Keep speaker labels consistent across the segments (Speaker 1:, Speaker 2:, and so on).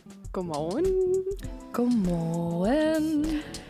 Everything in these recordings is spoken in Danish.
Speaker 1: Godmorgen.
Speaker 2: Godmorgen.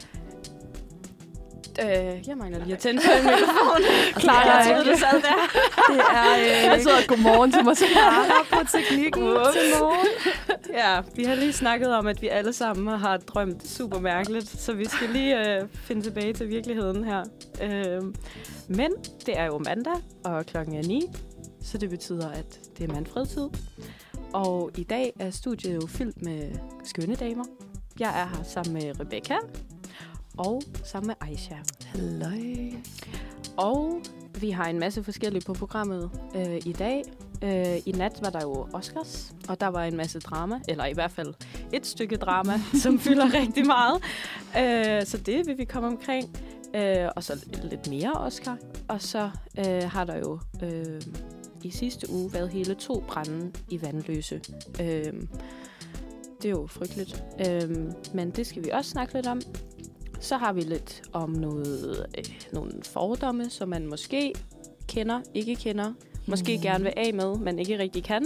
Speaker 1: Jeg mangler lige at tænde på mikrofonen.
Speaker 2: Klar,
Speaker 1: jeg troede, du sad der.
Speaker 2: Det er
Speaker 3: Jeg sidder godmorgen til mig selv.
Speaker 2: på teknikken til morgen.
Speaker 1: Ja, vi har lige snakket om, at vi alle sammen har drømt super mærkeligt, så vi skal lige finde tilbage til virkeligheden her. Men det er jo mandag, og klokken er 9, så det betyder, at det er Manfred-tid. Og i dag er studiet jo fyldt med skønne damer. Jeg er her sammen med Rebecca og sammen med Aisha.
Speaker 2: Halløj.
Speaker 1: Og vi har en masse forskellige på programmet i dag. I nat var der jo Oscars, og der var en masse drama, eller i hvert fald et stykke drama, som fylder rigtig meget. Så det vil vi komme omkring. Og så lidt mere Oscar. Og så har der jo i sidste uge været hele 2 brande i Vandløse. Det er jo frygteligt. Men det skal vi også snakke lidt om. Så har vi lidt om nogle fordomme, som man måske kender, ikke kender. Måske gerne vil af med, men ikke rigtig kan.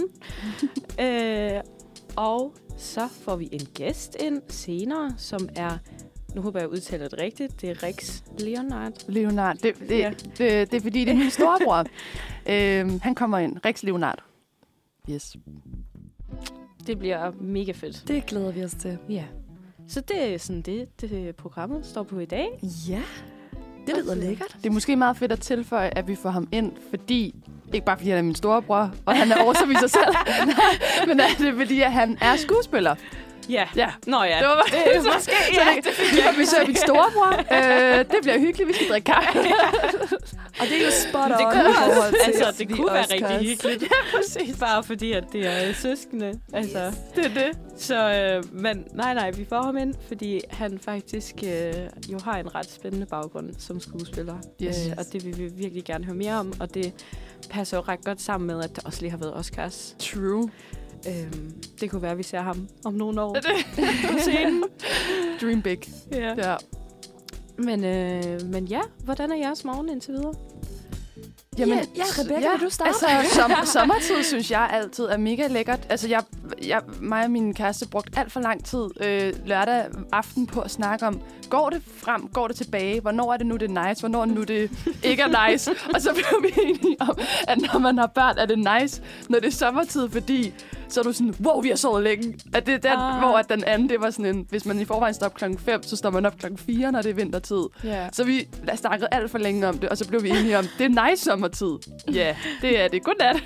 Speaker 1: Og så får vi en gæst ind senere, som er... Nu håber jeg udtaler det rigtigt. Det er Rex Leonard.
Speaker 3: Leonard. Det er fordi, det er min storebror. Han kommer ind. Rex Leonard. Yes.
Speaker 1: Det bliver mega fedt.
Speaker 2: Det glæder vi os til.
Speaker 1: Ja. Så det er sådan det programmet står på i dag.
Speaker 2: Ja, det lyder lækkert.
Speaker 3: Det er måske meget fedt at tilføje, at vi får ham ind, fordi... Ikke bare fordi han er min storebror, og han er awesome i sig selv. Men det er fordi, at han er skuespiller.
Speaker 1: Ja.
Speaker 3: Ja.
Speaker 1: Nå ja.
Speaker 3: Det var måske... Så vi så min storebror. Det bliver hyggeligt, vi skal drikke kaffe.
Speaker 2: Og det er jo spot on.
Speaker 1: Det kunne,
Speaker 2: i forhold til
Speaker 1: altså, det kunne være
Speaker 2: Oscars.
Speaker 1: rigtig hyggeligt. Ja, præcis. Bare fordi, at det er søskende. Altså,
Speaker 2: Yes.
Speaker 1: det er det. Så, men nej, vi får ham ind, fordi han faktisk jo har en ret spændende baggrund som skuespiller.
Speaker 3: Yes.
Speaker 1: Og det vil vi virkelig gerne høre mere om, og det passer jo ret godt sammen med, at der også lige har været Oscars.
Speaker 3: True.
Speaker 1: Det kunne være, at vi ser ham om nogle år på scenen.
Speaker 3: Dream big.
Speaker 1: Ja.
Speaker 3: Ja.
Speaker 1: Men ja, hvordan er jeres morgen indtil videre?
Speaker 3: Jamen,
Speaker 2: Ja, Rebecca, vil du starte?
Speaker 3: Altså, sommertid synes jeg altid er mega lækkert. Altså, mig og min kæreste brugte alt for lang tid lørdag aften på at snakke om, går det frem, går det tilbage, hvornår er det nu, det er nice, hvornår er det nu, det ikke er nice. Og så blev vi enige om, at når man har børn, er det nice, når det er sommertid, fordi så er du sådan, wow, vi har sovet længe. At det er den, hvor at den anden, det var sådan en, hvis man i forvejen står op klokken 5, så står man op klokken 4, når det er vintertid.
Speaker 1: Yeah.
Speaker 3: Så vi snakkede alt for længe om det, og så blev vi enige om, det er nice sommertid. Ja, det er det. Godnat.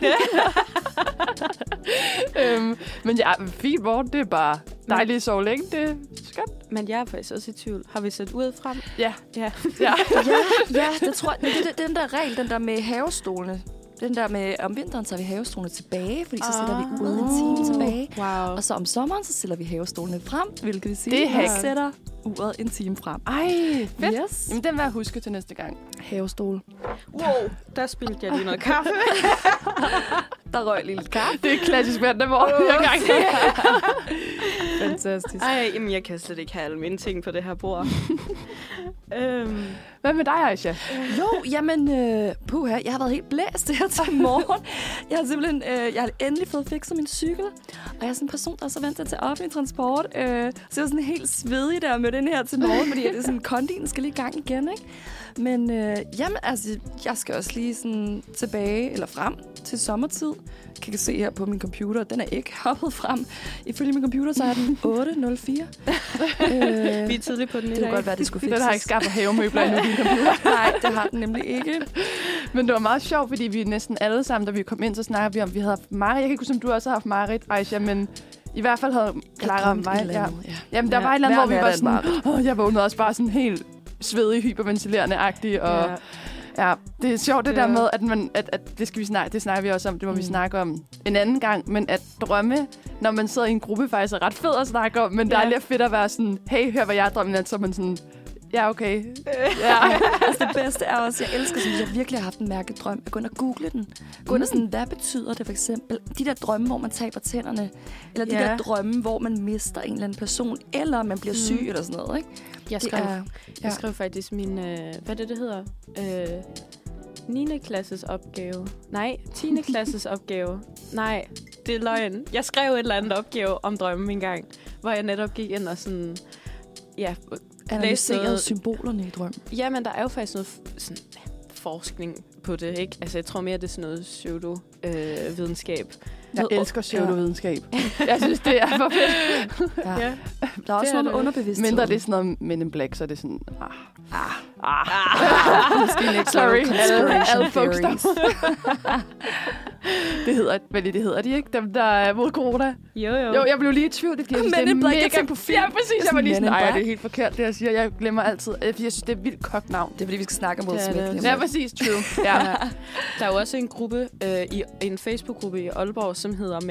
Speaker 3: Men ja, fint morgen, det er bare dejligt at sove længe. Det er skønt.
Speaker 1: Men jeg er faktisk også i tvivl. Har vi sat uret frem?
Speaker 3: Ja.
Speaker 1: Ja.
Speaker 2: Ja, det tror jeg. Den der regel, den der med havestolene. Den der med, om vinteren tager vi havestolene tilbage, fordi så sætter vi uret en time tilbage.
Speaker 1: Wow.
Speaker 2: Og så om sommeren, så stiller vi havestolene frem, hvilket vil sige,
Speaker 3: Det er
Speaker 2: at
Speaker 3: hack.
Speaker 2: vi sætter uret en time frem.
Speaker 3: Ej, fedt.
Speaker 2: Yes.
Speaker 3: Jamen, den vil jeg huske til næste gang.
Speaker 2: Havestol.
Speaker 1: Wow, der spildte jeg lige noget kaffe.
Speaker 2: Der røg lige lidt kaffe.
Speaker 3: Det er klassisk mandag morgen.
Speaker 2: Fantastisk.
Speaker 1: Ej, jamen jeg kan slet ikke have alle mine ting på det her bord.
Speaker 3: Hvad med dig, Aisha?
Speaker 2: Jo, jamen, puha, jeg har været helt blæst her til morgen. Jeg har simpelthen, jeg har endelig fået fikset min cykel, og jeg er sådan en person, der er så vant til at tage offentlig transport. Så jeg var sådan helt svedig der med den her til morgen, fordi det er sådan, kondien skal lige i gang igen, ikke? Men jamen, altså, jeg skal også lige sådan tilbage, eller frem til sommertid. Kan se her på min computer, den er ikke hoppet frem. Ifølge min computer, så er den 8.04.
Speaker 1: Vi er tidligt på den i
Speaker 2: Det
Speaker 1: dag.
Speaker 2: kunne godt være, det skulle fikses.
Speaker 3: Den har ikke skaffet havemøbler endnu, din computer.
Speaker 2: Nej, det har den nemlig ikke.
Speaker 3: Men det var meget sjovt, fordi vi næsten alle sammen, da vi kom ind, så snakkede vi om, vi havde haft Marit. Jeg kan ikke huske, om du også har haft Marit, Aisha, men i hvert fald havde Clara og mig. Ja. Jamen, der var et eller andet, hvor vi var sådan, jeg vågnede også bare sådan helt svedig, hyperventilerende-agtig, og ja, det er sjovt det der med, at det skal vi snakke, det snakker vi også om, det må vi snakke om en anden gang, men at drømme, når man sidder i en gruppe, faktisk er ret fedt at snakke om, men der er lidt fedt at være sådan, hey, hør hvad jeg drømmer, at så er man sådan, ja, okay. Ja.
Speaker 2: Altså, det bedste er også, jeg elsker, synes jeg virkelig har haft en mærkedrøm, at gå ind og google den. Gå ind og sådan, hvad betyder det for eksempel? De der drømme, hvor man taber tænderne, eller de der drømme, hvor man mister en eller anden person, eller man bliver syg eller sådan noget, ikke?
Speaker 1: Jeg skrev faktisk min, hvad det hedder, 9. klasses opgave. Nej, 10. klasses opgave. Nej, det er løgn. Jeg skrev et eller andet opgave om drømme engang, hvor jeg netop gik ind og sådan... Ja,
Speaker 2: analyserede symbolerne i drøm.
Speaker 1: Ja, men der er jo faktisk noget sådan, forskning på det, ikke? Altså, jeg tror mere, det er sådan noget pseudo-videnskab.
Speaker 3: Jeg elsker pseudovidenskab. Jeg synes, det er for fedt.
Speaker 2: Ja. Der er også noget med underbevidsthed.
Speaker 3: Mindre det er sådan noget Men in Black, så er det sådan...
Speaker 2: Måske lidt
Speaker 3: sorry. Alle folks
Speaker 2: theories.
Speaker 3: Det hedder de ikke? Dem, der er mod corona.
Speaker 1: Jo,
Speaker 3: jeg blev lige i tvivl. Det giver
Speaker 2: Men in Black, jeg tænkte på film.
Speaker 3: Ja, præcis. Jeg var lige sådan, det er helt forkert, det jeg siger. Jeg glemmer altid. Jeg synes, det er vildt kogt navn.
Speaker 2: Det er, fordi vi skal snakke om Will Smith.
Speaker 3: Ja, præcis. True. Ja.
Speaker 1: Der er jo også en gruppe, en Facebook-gruppe i Aalborg, som hedder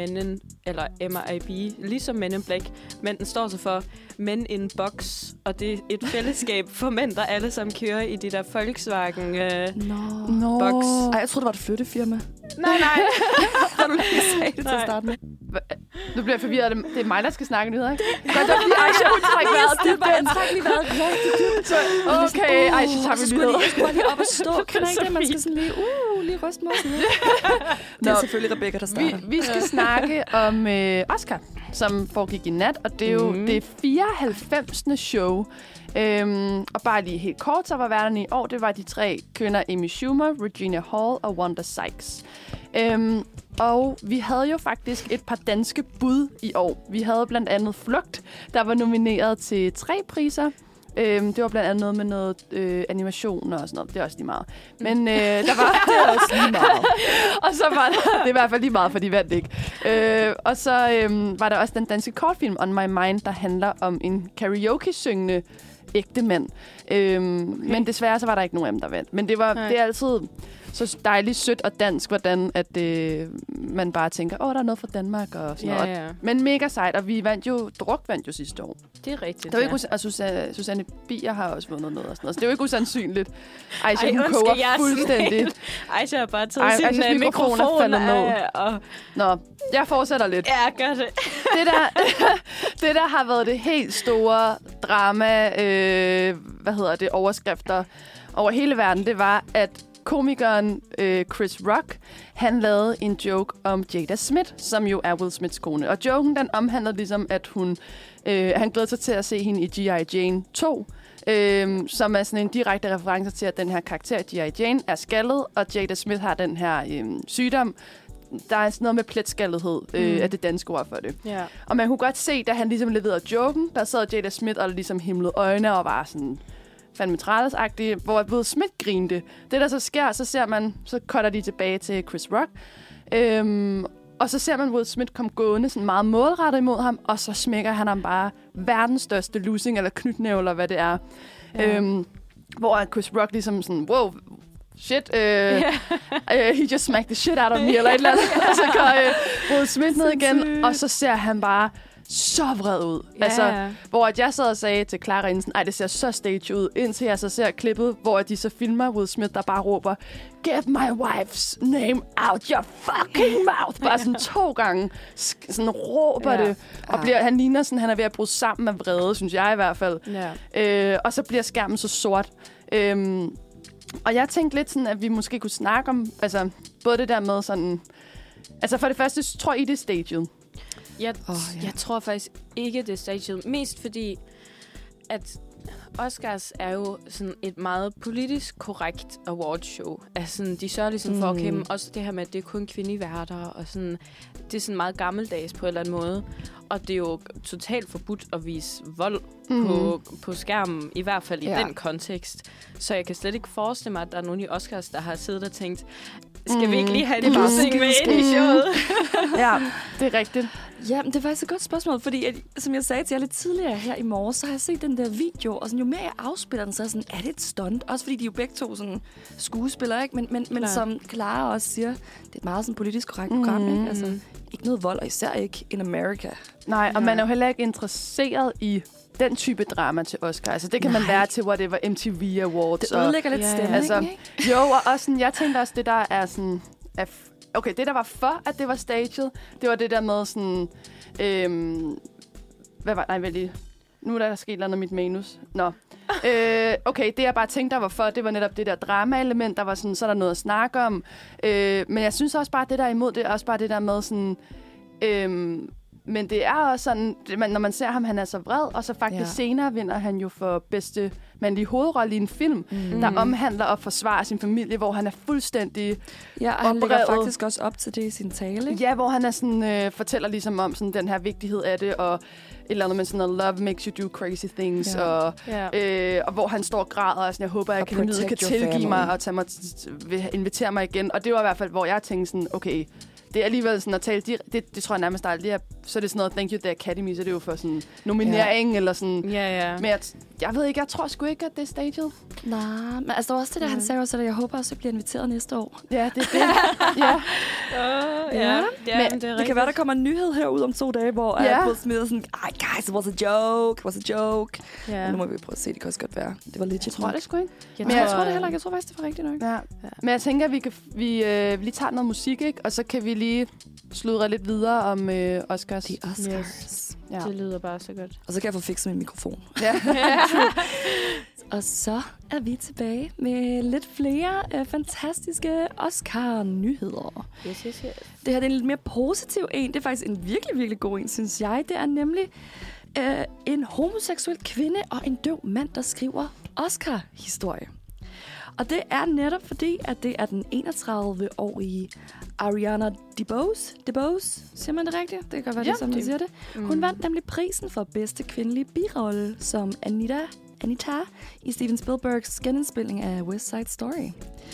Speaker 1: MIB, ligesom Men in Black. Men den står så for Men in Box, og det er et fællesskab for mænd, der alle sammen kører i de der Volkswagen Box.
Speaker 2: Ej, jeg troede, det var et flyttefirma.
Speaker 1: Nej.
Speaker 2: Da du lige sagde det til at starte med.
Speaker 3: Nu bliver jeg forvirret. Det er mig, der skal snakke nyheder, ikke? Godt, der bliver Aisha, hun trækker vejret.
Speaker 2: Jeg trækker lige vejret rigtig dybt.
Speaker 3: Okay, Aisha, tager vi nyheder.
Speaker 2: Jeg skulle lige op og stå. Kan ikke det? Man skal sådan lige ryste mig. Det er selvfølgelig Rebecca, der starter.
Speaker 3: Vi skal snakke om Oscar, som foregik i nat, og det er jo det 94. show. Og bare lige helt kort, så var værterne i år, det var de 3 kvinder, Amy Schumer, Regina Hall og Wanda Sykes. Og vi havde jo faktisk et par danske bud i år. Vi havde blandt andet Flugt, der var nomineret til 3 priser. Det var blandt andet noget med noget animation og sådan noget. Det er også lige meget. Men der var det er også lige meget. Og så var der, det er i hvert fald lige meget, for de vandt ikke. Og så var der også den danske kortfilm On My Mind, der handler om en karaoke-syngende ægte mand. Men desværre så var der ikke nogen af dem, der vandt. Men det er altid så dejligt sødt og dansk, hvordan at man bare tænker, der er noget fra Danmark og sådan noget.
Speaker 1: Ja.
Speaker 3: Men mega sejt, og Druk vandt jo sidste år.
Speaker 1: Det er rigtigt,
Speaker 3: det var ikke og Susanne Bier har også vundet noget og sådan noget. Så det er jo ikke usandsynligt. Aisha, hun koger fuldstændig.
Speaker 1: Aisha har bare taget sin mikrofon
Speaker 3: ned. Nå, jeg fortsætter lidt.
Speaker 1: Ja, gør det.
Speaker 3: Det der har været det helt store drama, overskrifter over hele verden, det var, at komikeren Chris Rock, han lavede en joke om Jada Smith, som jo er Will Smiths kone. Og joken, den omhandlede ligesom, at han glæder sig til at se hende i G.I. Jane 2, som er sådan en direkte reference til, at den her karakter, G.I. Jane, er skaldet, og Jada Smith har den her sygdom. Der er sådan noget med pletskaldighed af det danske ord for det.
Speaker 1: Yeah.
Speaker 3: Og man kunne godt se, da han ligesom leverede joken, der sad Jada Smith og ligesom himlede øjne og var sådan fandme træls-agtig, hvor Will Smith grinte. Det, der så sker, så cutter de tilbage til Chris Rock. Og så ser man Will Smith komme gående sådan meget målrettet imod ham, og så smækker han ham bare verdens største lussing, eller knytnæve, eller hvad det er. Ja. Hvor Chris Rock ligesom sådan, wow, shit, he just smacked the shit out of me, eller et eller andet. Og så går Will Smith ned igen, og så ser han bare så vred ud.
Speaker 1: Yeah.
Speaker 3: Altså, hvor jeg sad og sagde til Clara Insen, det ser så stage ud, indtil jeg så ser klippet, hvor de så filmer Will Smith, der bare råber, get my wife's name out your fucking mouth. Bare sådan 2 gange. Sådan råber det. Og han ligner sådan, han er ved at bryde sammen af vrede, synes jeg i hvert fald. Yeah. Og så bliver skærmen så sort. Og jeg tænkte lidt sådan, at vi måske kunne snakke om, altså, både det der med sådan, altså for det første, tror I det er staged?
Speaker 1: Jeg tror faktisk ikke, det er staged. Mest fordi, at Oscars er jo sådan et meget politisk korrekt awardshow. Altså sådan, de sørger ligesom for at kæmpe også det her med, at det er kun kvindeværter, og sådan, det er sådan meget gammeldags på en eller anden måde. Og det er jo totalt forbudt at vise vold på skærmen, i hvert fald i den kontekst. Så jeg kan slet ikke forestille mig, at der er nogen i Oscars, der har siddet og tænkt, skal vi ikke lige have en lussing med ind i showet?
Speaker 3: Ja, det er rigtigt.
Speaker 2: Ja, men det er faktisk et godt spørgsmål, fordi som jeg sagde til jer lidt tidligere her i morges, så har jeg set den der video, og sådan, jo mere jeg afspiller den, så er sådan, er det et stunt? Også fordi de jo begge to sådan skuespillere, ikke? Men som Clara også siger, det er et meget sådan politisk korrekt program, ikke? Altså, ikke noget vold, og især ikke in America.
Speaker 3: Nej, og man er jo heller ikke interesseret i den type drama til Oscar. Altså, det kan man være til whatever MTV Awards.
Speaker 2: Det ødelægger lidt stemning,
Speaker 3: altså,
Speaker 2: ikke?
Speaker 3: Jo, og også sådan, jeg tænkte også, det der er sådan... Okay, det der var for, at det var staged, det var det der med sådan... hvad var... Nej, vel lige... Nu er der sket noget med mit manus. Nå. Okay, det jeg bare tænkte, der var for, det var netop det der drama-element, der var sådan, så er der noget at snakke om. Men jeg synes også bare, det der imod, det er også bare det der med sådan... Men det er også sådan, når man ser ham, han er så vred, og så faktisk senere vinder han jo for bedste mandlige hovedrolle i en film, der omhandler at forsvare sin familie, hvor han er fuldstændig
Speaker 2: og han lægger faktisk også op til det i sin tale.
Speaker 3: Ja, hvor han er sådan, fortæller ligesom om sådan, den her vigtighed af det, og et eller andet med sådan noget, love makes you do crazy things, og hvor han står og græder, og sådan, jeg håber, at akademiet kan tilgive mig og invitere mig igen. Og det var i hvert fald, hvor jeg tænkte sådan, okay, det er alligevel sådan at tale, det tror jeg nærmest aldrig er, så er det sådan noget, thank you the Academy, så det er jo for sådan nominering eller sådan. Men jeg ved ikke, jeg tror sgu ikke, at det er staged.
Speaker 2: Nej, men altså der var også det der, han sagde også, at jeg håber også, at jeg bliver inviteret næste år.
Speaker 3: Ja, det er det.
Speaker 2: Men det kan være, der kommer en nyhed herud om 2 dage, hvor Will Smith er sådan, guys, it was a joke. Men nu må vi prøve at se, det kan også godt være. Det var legit.
Speaker 3: Jeg tror det sgu ikke.
Speaker 2: Men jeg tror det heller ikke. Jeg tror faktisk, det var rigtigt nok.
Speaker 3: Ja. Men jeg tænker, at vi lige tager noget musik, ikke? Og så kan vi lige sludre lidt videre om Oscars.
Speaker 2: De Oscars.
Speaker 1: Ja. Det lyder bare så godt.
Speaker 2: Og så kan jeg få fikset min mikrofon.
Speaker 3: Ja.
Speaker 2: Og så er vi tilbage med lidt flere fantastiske Oscar-nyheder.
Speaker 1: Yes.
Speaker 2: Det her det er en lidt mere positiv en. Det er faktisk en virkelig, virkelig god en, synes jeg. Det er nemlig en homoseksuel kvinde og en døv mand, der skriver Oscar-historie. Og det er netop fordi, at det er den 31-årige Ariana DeBose, siger man det rigtigt? Det kan godt være, det som man siger det. Hun vandt nemlig prisen for bedste kvindelige birolle som Anita i Steven Spielbergs genindspilning af West Side Story.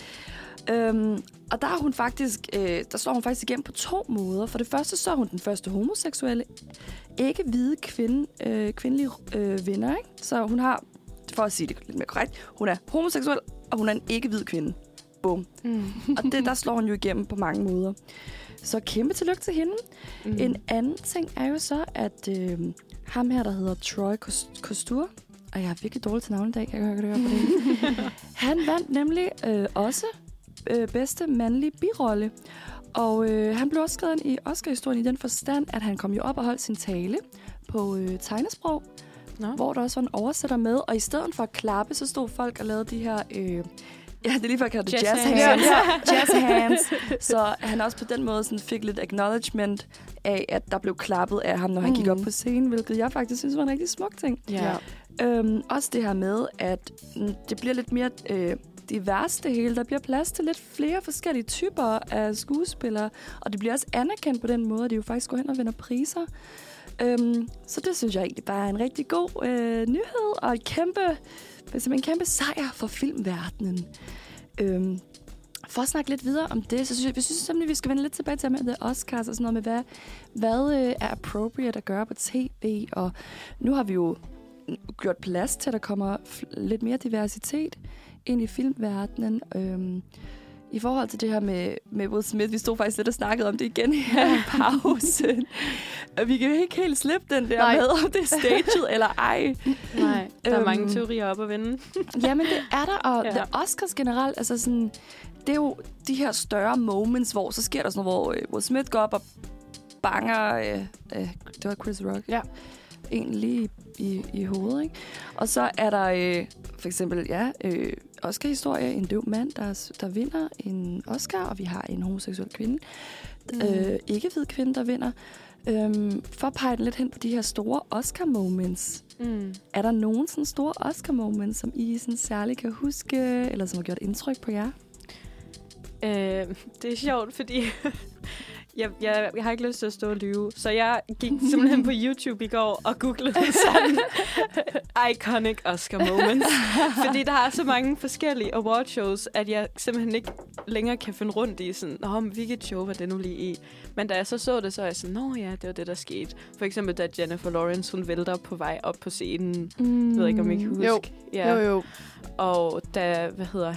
Speaker 2: Og der er hun faktisk, der slår hun faktisk igennem på 2 måder. For det første så er hun den første homoseksuelle, ikke hvide kvindelige vinder, ikke? Så hun har, for at sige det lidt mere korrekt, hun er homoseksuel, og hun er en ikke-hvid kvinde. Boom. Og der slår hun jo igennem på mange måder. Så kæmpe tillykke til hende. En anden ting er jo så, at ham her, der hedder Troy Kotsur, og jeg er virkelig dårlig til navn i dag, kan jeg høre på det. Han vandt nemlig også bedste mandlige birolle. Og han blev også skrevet i Oscar-historien i den forstand, at han kom jo op og holdt sin tale på tegnesprog, hvor der også var en oversætter med. Og i stedet for at klappe, så stod folk og lavede de her... det er lige for at kalde det jazz hands. Jazz hands. Så han også på den måde sådan fik lidt acknowledgement af, at der blev klappet af ham, når han gik op på scenen, hvilket jeg faktisk synes var en rigtig smuk ting. Også det her med, at det bliver lidt mere divers det hele. Der bliver plads til lidt flere forskellige typer af skuespillere, og det bliver også anerkendt på den måde, at de jo faktisk går hen og vinder priser. Så det synes jeg egentlig bare er en rigtig god nyhed, og en kæmpe sejr for filmverdenen. For at snakke lidt videre om det, så synes jeg simpelthen, vi skal vende lidt tilbage til med Oscars og sådan noget med, hvad er appropriate at gøre på tv, og nu har vi jo gjort plads til, at der kommer lidt mere diversitet ind i filmverdenen. I forhold til det her med Will Smith, vi stod faktisk lidt og snakkede om det igen her i pausen. Vi kan ikke helt slippe den der med, om det er staged eller ej.
Speaker 1: Nej, der er mange teorier op at vende.
Speaker 2: Jamen, det er der, og The Oscars generelt, altså sådan, det er jo de her større moments, hvor så sker der sådan noget, hvor Will Smith går op og banger, det var Chris Rock.
Speaker 3: Ja.
Speaker 2: Egentlig i hovedet, ikke? Og så er der for eksempel, Oscar-historie, en døv mand, der vinder en Oscar, og vi har en homoseksuel kvinde, ikke-hvid kvinde, der vinder. For at pege lidt hen på de her store Oscar-moments. Er der nogen sådan store Oscar-moments, som I sådan særligt kan huske, eller som har gjort indtryk på jer?
Speaker 1: Det er sjovt, fordi... Jeg har ikke lyst til at stå og lyve, så jeg gik simpelthen på YouTube i går og googlede sådan iconic Oscar moments, fordi der er så mange forskellige awardshows, at jeg simpelthen ikke længere kan finde rundt i sådan, hvilket show var det nu lige i? Men da jeg så det, så er jeg sådan, det var det, der skete. For eksempel, da Jennifer Lawrence, hun vælter på vej op på scenen. Jeg ved ikke, om I kan huske.
Speaker 3: Jo.
Speaker 1: Og da,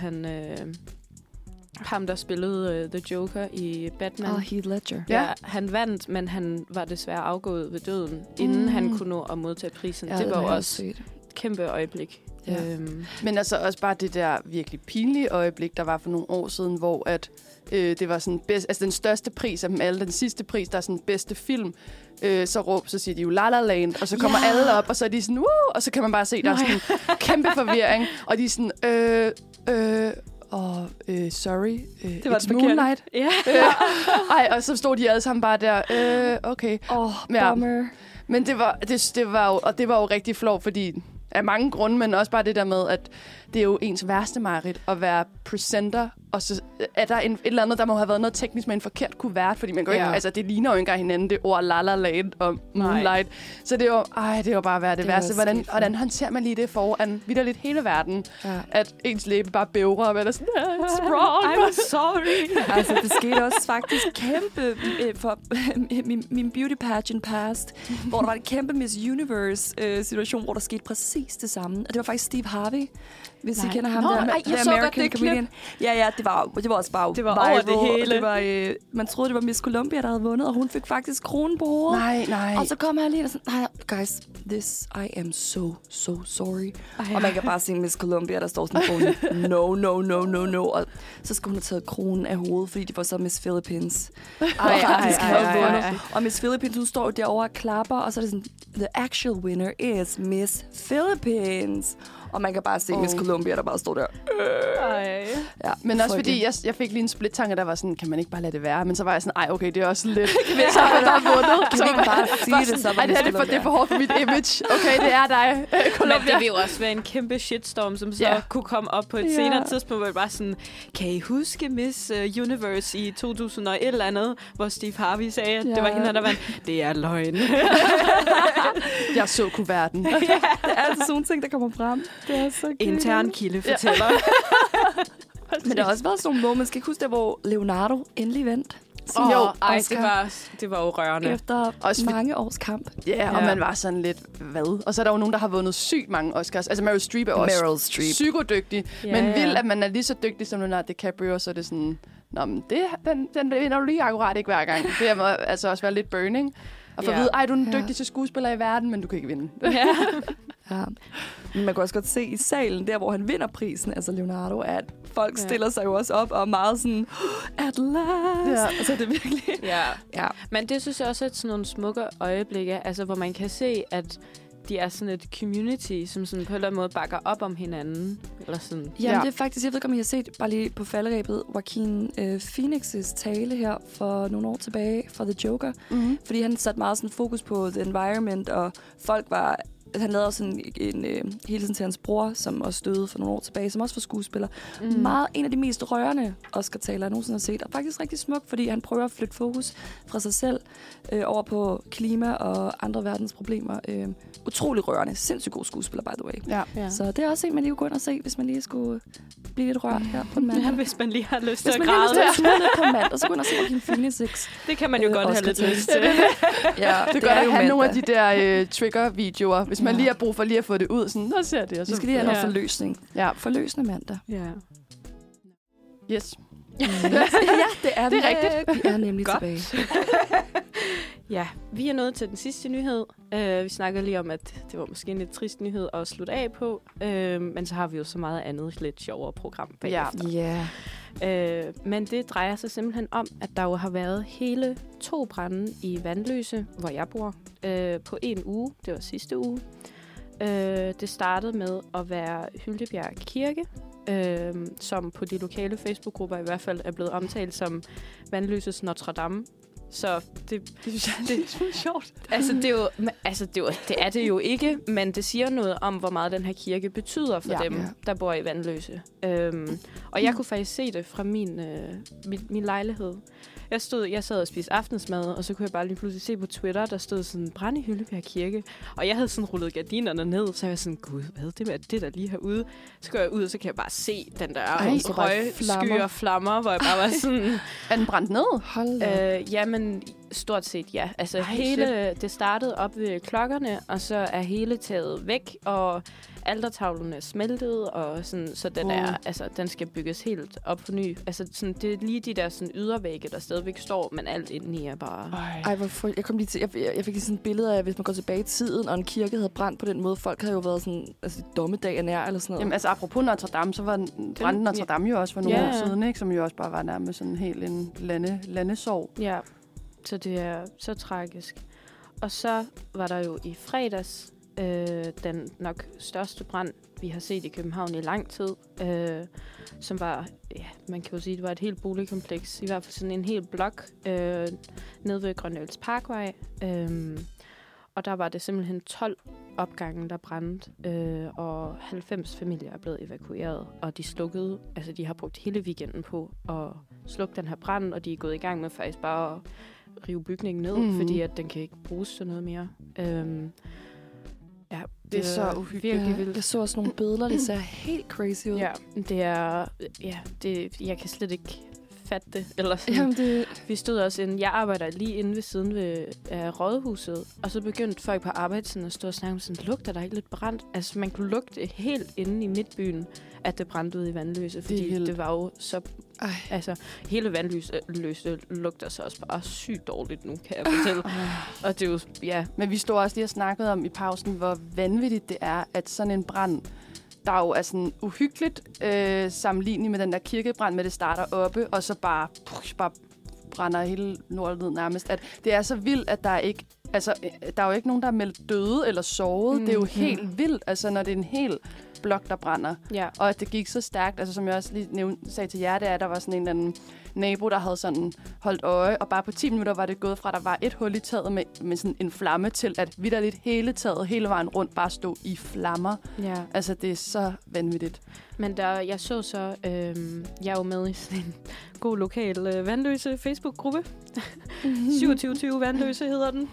Speaker 1: ham, der spillede The Joker i Batman.
Speaker 2: Heath Ledger.
Speaker 1: Ja, han vandt, men han var desværre afgået ved døden, inden han kunne nå at modtage prisen. Det var også et kæmpe øjeblik.
Speaker 3: Ja. Men altså også bare det der virkelig pinlige øjeblik, der var for nogle år siden, hvor at, det var sådan den største pris af dem alle, den sidste pris, der er sådan bedste film, så siger de jo La La Land, og så kommer alle op, og så er de sådan, og så kan man bare se, der er sådan en kæmpe forvirring, og de er sådan, sorry,
Speaker 2: det var
Speaker 3: it's Moonlight.
Speaker 1: Ja.
Speaker 3: Ej, og så stod de alle sammen bare der, okay.
Speaker 2: Bummer.
Speaker 3: Men det var jo rigtig flot, fordi af mange grunde, men også bare det der med, at det er jo ens værste mareridt at være presenter, og så er der et eller andet, der må have været noget teknisk med en forkert kuvert, fordi man går ikke, altså det ligner jo ikke engang hinanden, det ord La La Land og Moonlight. Så det var bare være det værste. Hvordan håndterer man lige det foran vitterligt hele verden, at ens læbe bare bævrer, og man er sådan, it's wrong.
Speaker 1: I'm sorry.
Speaker 2: Altså, det skete også faktisk kæmpe for min beauty pageant past, hvor der var en kæmpe Miss Universe-situation, hvor der skete præcis det samme. Og det var faktisk Steve Harvey, hvis I kender ham der.
Speaker 1: Jeg så godt det klip.
Speaker 2: Ja, det var også bare
Speaker 1: det var over det hele.
Speaker 2: Det var, man troede, det var Miss Columbia, der havde vundet, og hun fik faktisk kronen på hovedet.
Speaker 3: Nej.
Speaker 2: Og så kom han lige og sådan, guys, I am so sorry. Og man kan bare se Miss Columbia, der står sådan på no. Og så skulle hun have taget kronen af hovedet, fordi de var så Miss Philippines. Og Miss Philippines, hun står derovre og klapper, og så er det sådan, the actual winner is Miss Philippines. Og man kan bare se Miss Columbia, der bare står der.
Speaker 3: Ja, men også fordi, jeg fik lige en split-tanke, der var sådan, kan man ikke bare lade det være? Men så var jeg sådan, okay, det er også lidt... så har der vundet.
Speaker 2: Kan vi ikke bare sige det, så var
Speaker 3: det er for hårdt for mit image. Okay, det er dig, Columbia.
Speaker 1: Men det vil jo også være en kæmpe shitstorm, som så kunne komme op på et senere tidspunkt, hvor det bare sådan, kan I huske Miss Universe i 2001 eller andet, hvor Steve Harvey sagde, at det var hende, der vandt. Det er løgn.
Speaker 3: Jeg så kuverten.
Speaker 2: Det er altså sådan ting, der kommer frem. Det er så
Speaker 1: intern kilde fortæller.
Speaker 2: Men der har også været sådan nogle moments. Skal I huske der, hvor Leonardo endelig vandt?
Speaker 1: Det var jo rørende.
Speaker 2: Efter mange års kamp.
Speaker 3: Ja, og man var sådan lidt, hvad? Og så er der jo nogen, der har vundet sygt mange Oscars. Altså Meryl Streep er også psykodygtig. Men vil, at man er lige så dygtig som Leonardo DiCaprio, så er det sådan, nå, men den vinder du lige akkurat ikke hver gang. Det må altså også være lidt burning. Og for at vide, du er den dygtigste skuespiller i verden, men du kan ikke vinde.
Speaker 2: Ja. Men man kan også godt se i salen, der hvor han vinder prisen, altså Leonardo, at folk stiller sig jo også op og er meget sådan, at last. Ja. Altså det er virkelig...
Speaker 1: Ja. Men det synes jeg også er sådan nogle smukke øjeblikke, altså hvor man kan se, at de er sådan et community, som sådan på en eller anden måde bakker op om hinanden. Eller sådan.
Speaker 2: Jamen, det er faktisk, jeg ved ikke, om I har set, bare lige på falderæbet, Joaquin Phoenix's tale her for nogle år tilbage for The Joker. Mm-hmm. Fordi han satte meget sådan fokus på the environment, og folk var... Han lavede også en hilsen til hans bror, som også døde for nogle år tilbage, som også var skuespiller. Meget en af de mest rørende Oscar-taler, jeg nogensinde har set. Og faktisk rigtig smuk, fordi han prøver at flytte fokus fra sig selv over på klima og andre verdens problemer. Utrolig rørende. Sindssygt god skuespiller, by the way. Ja. Så det er også en, man lige kunne gå ind og se, hvis man lige skulle blive lidt rørt her på en mandag.
Speaker 1: Ja, hvis man lige har lyst til at
Speaker 2: græde. Hvis man lige har lyst til at smide på en mandag, så gå ind og se Joaquin Phoenix.
Speaker 1: Det kan man jo godt have lidt lyst til.
Speaker 3: Ja, det gør at have nogle af de der trigger-videoer, hvis man lige har brug for lige at få det ud. Sådan, ser det. Og så
Speaker 2: vi skal lige have noget forløsning. Ja. Forløsende mandag.
Speaker 1: Ja.
Speaker 3: Yes.
Speaker 2: Ja, det er rigtigt. Vi er nemlig tilbage.
Speaker 1: Ja, vi er nået til den sidste nyhed. Vi snakkede lige om, at det var måske en lidt trist nyhed at slutte af på. Men så har vi jo så meget andet lidt sjovere program bagefter.
Speaker 2: Ja.
Speaker 1: Men det drejer sig simpelthen om, at der jo har været hele 2 brande i Vanløse, hvor jeg bor, på en uge. Det var sidste uge. Det startede med at være Hyldebjerg Kirke, som på de lokale Facebook-grupper i hvert fald er blevet omtalt som Vanløses Notre Dame. Så det er sjovt. Det er det jo ikke, men det siger noget om, hvor meget den her kirke betyder for dem, der bor i Vanløse. Og jeg kunne faktisk se det fra min lejlighed. Jeg sad og spiste aftensmad, og så kunne jeg bare lige pludselig se på Twitter, der stod sådan, brand i Hyldebjerg Kirke. Og jeg havde sådan rullet gardinerne ned, så jeg var sådan, gud, hvad er det med det der lige herude? Så går jeg ud, og så kan jeg bare se den der høje skyer flammer, hvor jeg bare var sådan...
Speaker 3: Er den brændt ned?
Speaker 1: Jamen, stort set ja. Altså det startede op ved klokkerne, og så er hele taget væk, og altertavlen er smeltet, og sådan, så den den skal bygges helt op på ny. Altså sådan, det er lige de der sådan ydervægge, der stadigvæk står, men alt indeni er bare...
Speaker 2: Jeg kom lige til, jeg fik lige sådan et billede af, hvis man går tilbage i tiden, og en kirke havde brændt på den måde. Folk havde jo været sådan, altså dommedag er nær, eller sådan noget.
Speaker 3: Jamen altså, apropos Notre Dame, så var brændte Notre Dame jo også for nogle år siden, ikke? Som jo også bare var nærmest sådan helt en landesorg.
Speaker 1: Ja, så det er så tragisk. Og så var der jo i fredags den nok største brand, vi har set i København i lang tid, som var, man kan jo sige, det var et helt boligkompleks, i hvert fald sådan en hel blok nede ved Grønne Parkvej. Og der var det simpelthen 12 opgange, der brændte, og 90 familier er blevet evakueret, og de har brugt hele weekenden på at slukke den her brand, og de er gået i gang med faktisk bare at rive bygningen ned, fordi at den kan ikke bruges til noget mere.
Speaker 3: Det er så uhyggeligt.
Speaker 2: Jeg så også nogle billeder, det ser helt crazy ud.
Speaker 1: Ja, jeg kan slet ikke fatte det. Eller sådan.
Speaker 2: Jamen,
Speaker 1: Vi stod også jeg arbejder lige inde ved siden ved rådhuset, og så begyndte folk på arbejde sådan at stå og snakke om sådan, lugter der ikke lidt brændt? Altså, man kunne lugte helt inde i midtbyen, at det brændte ud i Vandløse, fordi det var jo så... Altså, hele Vandløse lugter så også bare sygt dårligt nu, kan jeg fortælle. Og det er jo,
Speaker 3: Men vi stod også lige og snakkede om i pausen, hvor vanvittigt det er, at sådan en brand, der jo er sådan uhyggeligt sammenlignet med den der kirkebrand, med det starter oppe, og så bare brænder hele lortet ned nærmest. At det er så vildt, at der er ikke... Altså, der er jo ikke nogen, der er meldt døde eller såret. Det er jo helt vildt, altså, når det er en hel blok, der brænder. Ja. Og at det gik så stærkt, altså som jeg også lige sagde til jer, det er, at der var sådan en eller anden nabo, der havde sådan holdt øje, og bare på 10 minutter var det gået fra, at der var et hul i taget med sådan en flamme til, at vitterligt hele taget, hele vejen rundt, bare stod i flammer. Ja. Altså, det er så vanvittigt.
Speaker 1: Men jeg så så, jeg er jo med i sådan en god lokal Vandløse Facebook-gruppe. 2720 Vandløse hedder den.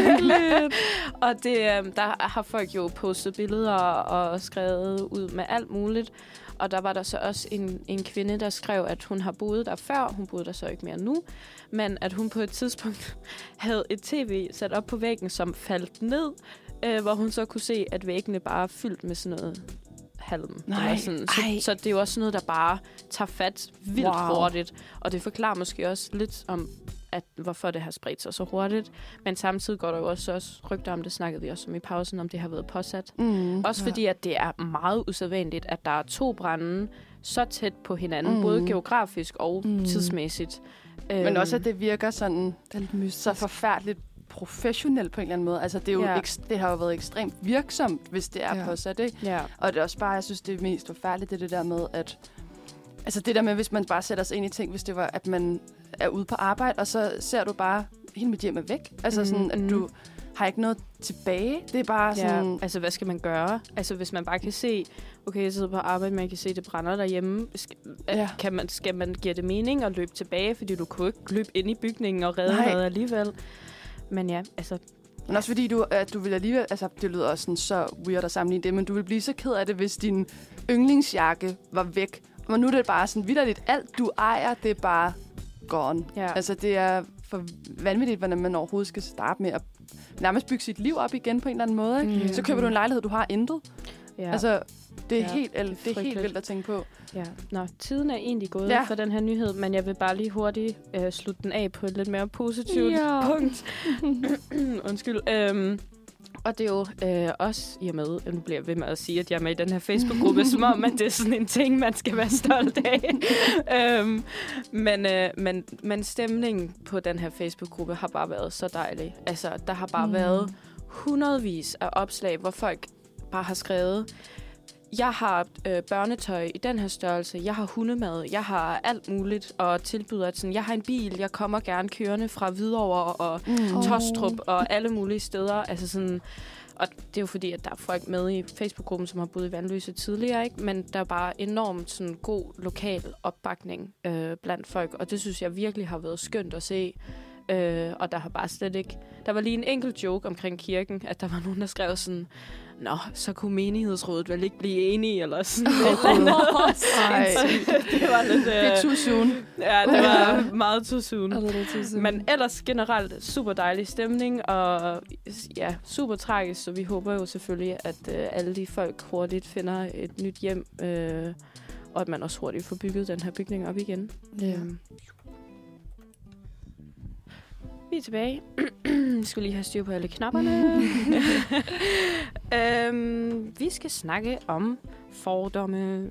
Speaker 1: Og der har folk jo postet billeder og skrevet ud med alt muligt. Og der var der så også en kvinde, der skrev, at hun har boet der før. Hun boede der så ikke mere nu. Men at hun på et tidspunkt havde et tv sat op på væggen, som faldt ned. Hvor hun så kunne se, at væggene bare er fyldt med sådan noget halm.
Speaker 2: Nej,
Speaker 1: sådan. Så det er jo også noget, der bare tager fat vildt hurtigt. Og det forklarer måske også lidt om, hvorfor det har spredt sig så hurtigt. Men samtidig går der jo også rygter om, det snakkede vi også om i pausen, om det har været påsat. Også fordi, at det er meget usædvanligt, at der er 2 brande så tæt på hinanden, både geografisk og tidsmæssigt.
Speaker 3: Men også, at det virker sådan så forfærdeligt professionelt på en eller anden måde. Altså, det, er jo det har jo været ekstremt virksomt, hvis det er påsat, ikke? Ja. Og det er også bare, jeg synes, det er mest forfærdeligt, det der med, at... Altså, det der med, hvis man bare sætter sig ind i ting, hvis det var, at man er ude på arbejde, og så ser du bare, hele mit hjem er væk. Altså, sådan, at du har ikke noget tilbage. Det er bare sådan...
Speaker 1: Altså, hvad skal man gøre? Altså, hvis man bare kan se, okay, jeg sidder på arbejde, man kan se, det brænder derhjemme. Skal man give det mening at løbe tilbage? Fordi du kunne ikke løbe ind i bygningen og redde noget alligevel. Men ja, altså...
Speaker 3: Men også fordi du vil alligevel... Altså, det lyder også sådan så weird at sammenligne det, men du vil blive så ked af det, hvis din yndlingsjakke var væk. Men nu er det bare sådan vitterligt. Alt, du ejer, det er bare gone. Ja. Altså, det er for vanvittigt, hvordan man overhovedet skal starte med at nærmest bygge sit liv op igen på en eller anden måde. Ikke? Så køber du en lejlighed, du har intet. Ja. Altså, det er helt vildt at tænke på.
Speaker 1: Ja. Nå, tiden er egentlig gået for den her nyhed, men jeg vil bare lige hurtigt slutte den af på et lidt mere positivt punkt. Undskyld. Og det er jo også i og med, at nu bliver jeg ved med at sige, at jeg er med i den her Facebook-gruppe, som om, at det er sådan en ting, man skal være stolt af. Men stemningen på den her Facebook-gruppe har bare været så dejlig. Altså, der har bare været hundredvis af opslag, hvor folk bare har skrevet, jeg har børnetøj i den her størrelse, jeg har hundemad, jeg har alt muligt, og tilbyder, at sådan, jeg har en bil, jeg kommer gerne kørende fra Hvidovre og Tostrup og alle mulige steder. Altså sådan, og det er jo fordi, at der er folk med i Facebook-gruppen, som har boet i Vandløse tidligere, ikke? Men der er bare enormt sådan god lokal opbakning blandt folk, og det synes jeg virkelig har været skønt at se. Og der har bare slet ikke... Der var lige en enkelt joke omkring kirken, at der var nogen, der skrev sådan, nå, så kunne menighedsrådet vel ikke blive enige, eller sådan noget. Det var lidt...
Speaker 3: Det er too soon.
Speaker 1: Ja, det var meget too soon. Men ellers generelt super dejlig stemning, og ja, super tragisk, så vi håber jo selvfølgelig, at alle de folk hurtigt finder et nyt hjem, og at man også hurtigt får bygget den her bygning op igen. Vi er tilbage. Jeg skulle lige have styr på alle knapperne. Vi skal snakke om fordomme.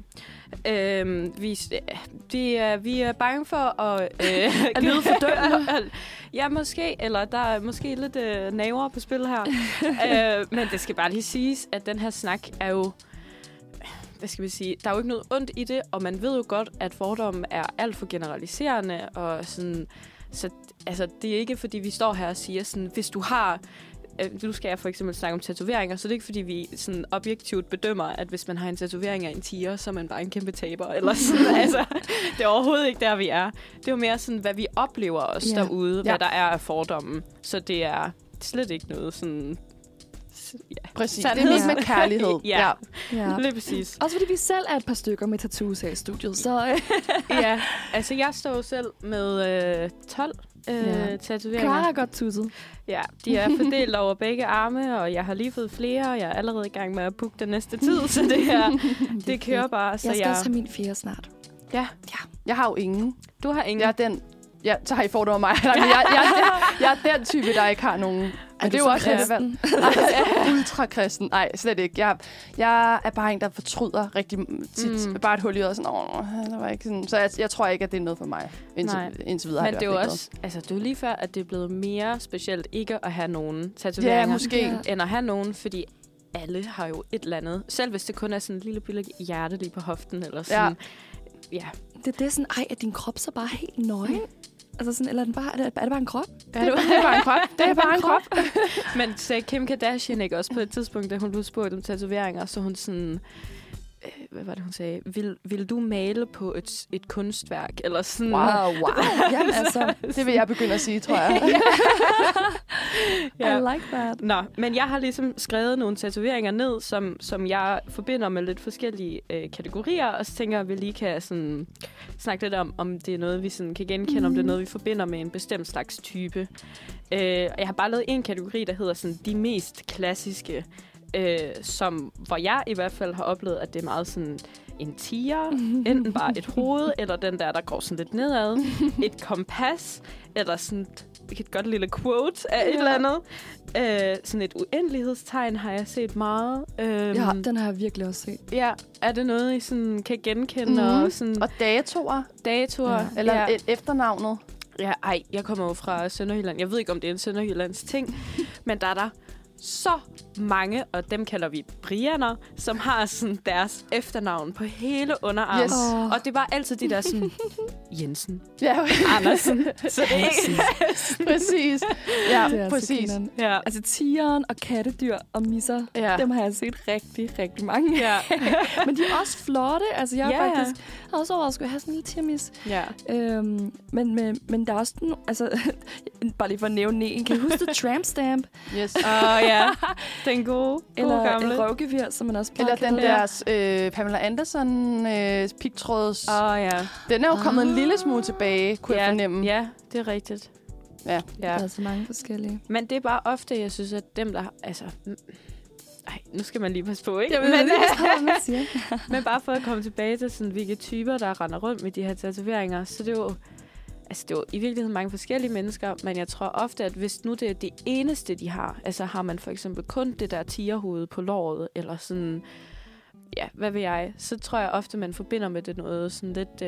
Speaker 1: Vi er bange for at
Speaker 2: lyde fordømmende.
Speaker 1: Ja, måske. Eller der er måske lidt naver på spil her. Men det skal bare lige siges, at den her snak er jo... Hvad skal vi sige? Der er jo ikke noget ondt i det, og man ved jo godt, at fordomme er alt for generaliserende, og sådan... Så altså, det er ikke, fordi vi står her og siger sådan, hvis du har... Nu skal jeg for eksempel snakke om tatoveringer, så det er ikke, fordi vi sådan objektivt bedømmer, at hvis man har en tatovering af en tiger, så er man bare en kæmpe taber. Eller sådan. Altså, det er overhovedet ikke der, vi er. Det er jo mere sådan, hvad vi oplever os derude, hvad der er af fordomme. Så det er slet ikke noget sådan...
Speaker 3: Ja. Præcis. Det er mest med kærlighed.
Speaker 1: Ja, lige præcis.
Speaker 2: Også fordi vi selv er et par stykker med tattoos her i studiet. Så,
Speaker 1: ja, altså jeg står selv med 12 tatoveringer.
Speaker 2: Clara er godt tusset.
Speaker 1: Ja, de er fordelt over begge arme, og jeg har lige fået flere, og jeg er allerede i gang med at booke den næste tid, så det her, det kører bare. Så
Speaker 2: jeg skal også have min 4 snart.
Speaker 1: Ja.
Speaker 3: Jeg har jo ingen.
Speaker 1: Du har ingen?
Speaker 3: Jeg er den... Ja, så har I fordomme mig. Jeg er den type, der ikke har nogen. Men det er jo også kristen. Ultrakristen. Nej, slet ikke. Jeg er bare en, der fortryder rigtig tit. Bare et hul i øjet. Det var ikke sådan. Så jeg tror ikke, at det er noget for mig. Indtil videre.
Speaker 1: Men det er jo også... Altså, det er jo lige før, at det er blevet mere specielt ikke at have nogen tatoveringer.
Speaker 3: Ja, måske.
Speaker 1: End at have nogen, fordi alle har jo et eller andet. Selv hvis det kun er sådan en lille bitte hjerte lige på hoften. Eller sådan. Ja.
Speaker 2: Det er sådan, er din krop så bare helt nøgen? Altså sådan, eller er det bare en krop?
Speaker 3: Ja, det er bare en krop. Det er bare en krop.
Speaker 1: Men sagde Kim Kardashian ikke også på et tidspunkt, da hun blev spurgt om tatoveringer, så hun sådan... Hvad var det, hun sagde? Vil du male på et kunstværk? Eller sådan...
Speaker 2: Wow. Jamen, altså,
Speaker 3: det vil jeg begynde at sige, tror jeg.
Speaker 2: I like that.
Speaker 1: Nå, men jeg har ligesom skrevet nogle tatoveringer ned, som jeg forbinder med lidt forskellige kategorier, og så tænker jeg, at vi lige kan sådan, snakke lidt om det er noget, vi sådan kan genkende, om det er noget, vi forbinder med en bestemt slags type. Jeg har bare lavet en kategori, der hedder sådan, de mest klassiske, hvor jeg i hvert fald har oplevet, at det er meget sådan en tiger, enten bare et hoved, eller den der går sådan lidt nedad, et kompas, eller sådan et godt lille quote af et eller andet. Sådan et uendelighedstegn har jeg set meget.
Speaker 2: Ja, den har jeg virkelig også set.
Speaker 1: Ja, er det noget, I sådan kan genkende? Og, sådan,
Speaker 3: og datoer.
Speaker 1: Ja.
Speaker 3: Eller et efternavnet.
Speaker 1: Ja, jeg kommer jo fra Sønderjylland. Jeg ved ikke, om det er en Sønderjyllands ting, men der er der så mange, og dem kalder vi Brianer, som har sådan deres efternavn på hele underarmen. Yes. Og det var altid de der sådan, Jensen, Andersen. Så det er
Speaker 3: præcis. Ja,
Speaker 2: det er
Speaker 3: præcis.
Speaker 2: Ja. Altså tigeren og kattedyr og misser, dem har jeg set rigtig, rigtig mange.
Speaker 1: Ja.
Speaker 2: Men de er også flotte. Altså jeg har også overvejet, at skulle have sådan en lille tigermis.
Speaker 1: Ja.
Speaker 2: Men der er også altså bare lige for at nævne en. Kan I huske The Tramp Stamp?
Speaker 1: Yes. Ja, den gode gamle.
Speaker 2: Eller røvgevir, som man også
Speaker 3: eller den der Pamela Anderson pigtråds. Den er jo kommet en lille smule tilbage, kunne jeg fornemme.
Speaker 1: Ja, det er rigtigt.
Speaker 3: Ja.
Speaker 2: Der er så mange forskellige.
Speaker 1: Men det er bare ofte, jeg synes, at dem, der... Altså, nu skal man lige passe på, ikke? Men bare for at komme tilbage til sådan, hvilke typer, der render rundt med de her tatoveringer, så det er jo... Altså, det er jo i virkeligheden mange forskellige mennesker, men jeg tror ofte, at hvis nu det er det eneste, de har, altså har man for eksempel kun det der tigerhoved på låret, eller sådan, ja, hvad ved jeg, så tror jeg ofte, man forbinder med det noget sådan lidt,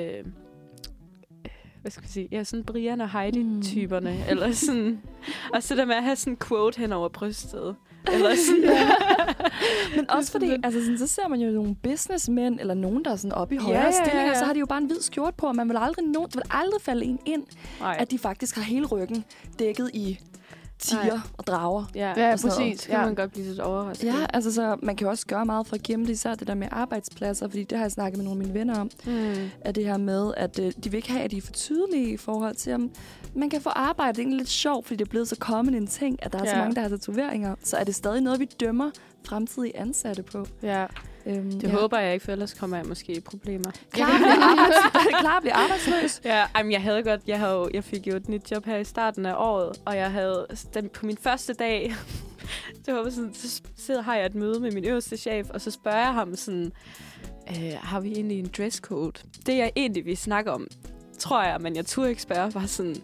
Speaker 1: hvad skal vi sige, ja, sådan Brian og Heidi-typerne, eller sådan, og så der med at have sådan en quote hen over brystet. Eller sådan.
Speaker 2: Men også fordi, altså sådan, så ser man jo nogle businessmænd, eller nogen, der er sådan oppe i højere stillinger, så har de jo bare en hvid skjort på, og man vil aldrig falde en ind, at de faktisk har hele ryggen dækket i tiger og drager.
Speaker 1: Ja, præcis. Det kan man godt blive lidt overrasket.
Speaker 2: Ja, altså så man kan jo også gøre meget for at gemme det, især det der med arbejdspladser, fordi det har jeg snakket med nogle af mine venner om, at det her med, at de vil ikke have, at de er for tydelige i forhold til, om man kan få arbejde. Det er egentlig lidt sjovt, fordi det er blevet så common en ting, at der er så mange, der har tatoveringer. Så er det stadig noget, vi dømmer fremtidige ansatte på.
Speaker 1: Ja. Det håber jeg ikke, for ellers kommer jeg måske i problemer.
Speaker 2: Klar at blive arbejdsløs.
Speaker 1: Ja, jeg fik jo et nyt job her i starten af året, og jeg havde på min første dag, det var sådan, så har jeg et møde med min øverste chef, og så spørger jeg ham sådan, har vi egentlig en dresscode? Det jeg egentlig vil snakke om, tror jeg, men jeg turde ikke spørge, var sådan,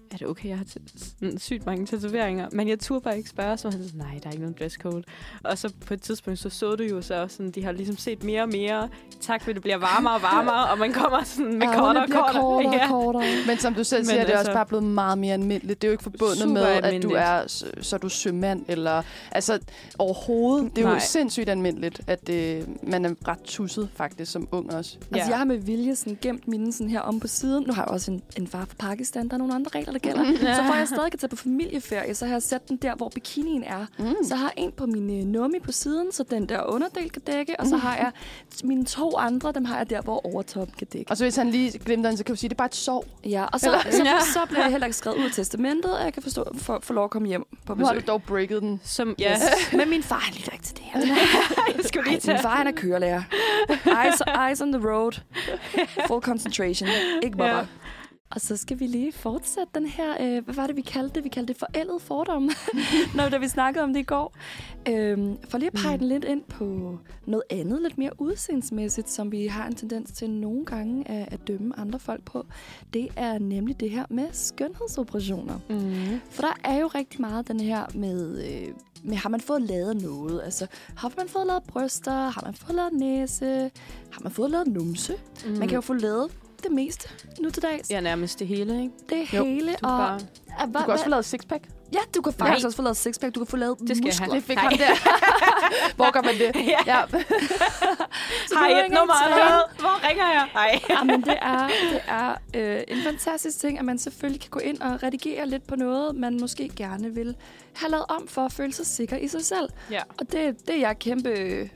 Speaker 1: er det okay, jeg har sygt mange tatoveringer? Men jeg turde bare ikke spørge, så han sagde, nej, der er ikke nogen dresscode. Og så på et tidspunkt, så du jo så sådan, de har ligesom set mere og mere, tak for det bliver varmere og varmere, og man kommer sådan med kortere.
Speaker 3: Men som du selv siger, det er også bare blevet meget mere almindeligt. Det er jo ikke forbundet med, at du er så er du sømand, eller altså overhovedet. Det er jo sindssygt almindeligt, at man er ret tusset faktisk som ung også.
Speaker 2: Altså jeg har med vilje sådan, gemt mine sådan, her om på siden. Nu har jeg også en far fra Pakistan, der er nogle andre regler, der gælder. Så får jeg stadig kan tage på familieferie, så har jeg sat den der, hvor bikinien er. Så har jeg en på min nummi på siden, så den der underdel kan dække, og så har jeg mine 2 andre, dem har jeg der, hvor overtoppen kan dække.
Speaker 3: Og så hvis han lige glemte den, så kan du sige, det er bare et sov.
Speaker 2: Ja, og så bliver jeg heller ikke skrevet ud af testamentet, og jeg kan få lov at komme hjem på besøg.
Speaker 3: Nu har du dog breaket den.
Speaker 2: Men min far, han lytter ikke til det her.
Speaker 1: Min
Speaker 2: far, han er kørelærer. Eyes on the road. Full concentration. Ikke bobber. Og så skal vi lige fortsætte den her, hvad var det, vi kaldte det? Vi kaldte det forældet fordomme, da vi snakkede om det i går. For lige at pege den lidt ind på noget andet, lidt mere udseendsmæssigt, som vi har en tendens til nogle gange at dømme andre folk på. Det er nemlig det her med skønhedsoperationer. For der er jo rigtig meget den her med har man fået lavet noget? Altså, har man fået lavet bryster? Har man fået lavet næse? Har man fået lavet numse? Man kan jo få lavet det meste nu til dags.
Speaker 1: Ja, nærmest det hele, ikke?
Speaker 2: Det hele.
Speaker 3: Du kan også få lavet sixpack.
Speaker 2: Ja, du kan faktisk også få lavet sixpack. Du kan få lavet muskler.
Speaker 3: Det fik ham der. Hvor gør man det? Ja.
Speaker 1: Har I et nummer allerede? Hvor ringer jeg? Nej.
Speaker 2: Ja, men det er en fantastisk ting, at man selvfølgelig kan gå ind og redigere lidt på noget, man måske gerne vil have lavet om for at føle sig sikker i sig selv. Ja. Og det er jeg kæmpe,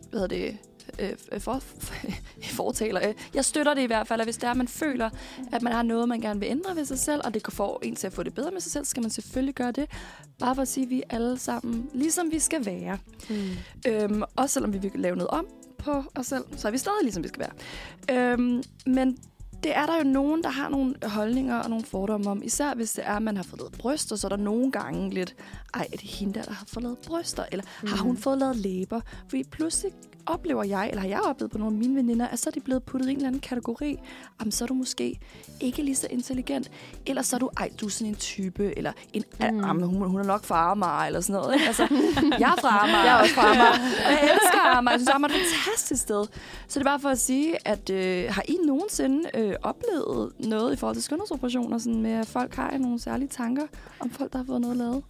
Speaker 2: fortaler. Jeg støtter det i hvert fald, at hvis der er, man føler, at man har noget, man gerne vil ændre ved sig selv, og det kan få en til at få det bedre med sig selv, skal man selvfølgelig gøre det. Bare for at sige, at vi er alle sammen, ligesom vi skal være. Også selvom vi vil lave noget om på os selv, så er vi stadig ligesom vi skal være. Men det er der jo nogen, der har nogle holdninger og nogle fordomme om. Især hvis det er, at man har fået lavet bryster, så er der nogle gange lidt, er det hende der har fået lavet bryster? Eller har hun fået lavet læber? Fordi pludselig oplever jeg, eller har jeg oplevet på nogle af mine veninder, at så er de blevet puttet i en eller anden kategori. Jamen, så er du måske ikke lige så intelligent. Eller så er du, du er sådan en type, eller hun er nok fra Amager, eller sådan noget. Ikke? Altså, jeg er fra Amager. Jeg er også fra Amager. Og jeg elsker Amager. Jeg synes, Amager er et fantastisk sted. Så det er bare for at sige, at har I nogensinde oplevet noget i forhold til skønhedsoperationer, sådan med at folk har nogle særlige tanker om folk, der har fået noget lavet?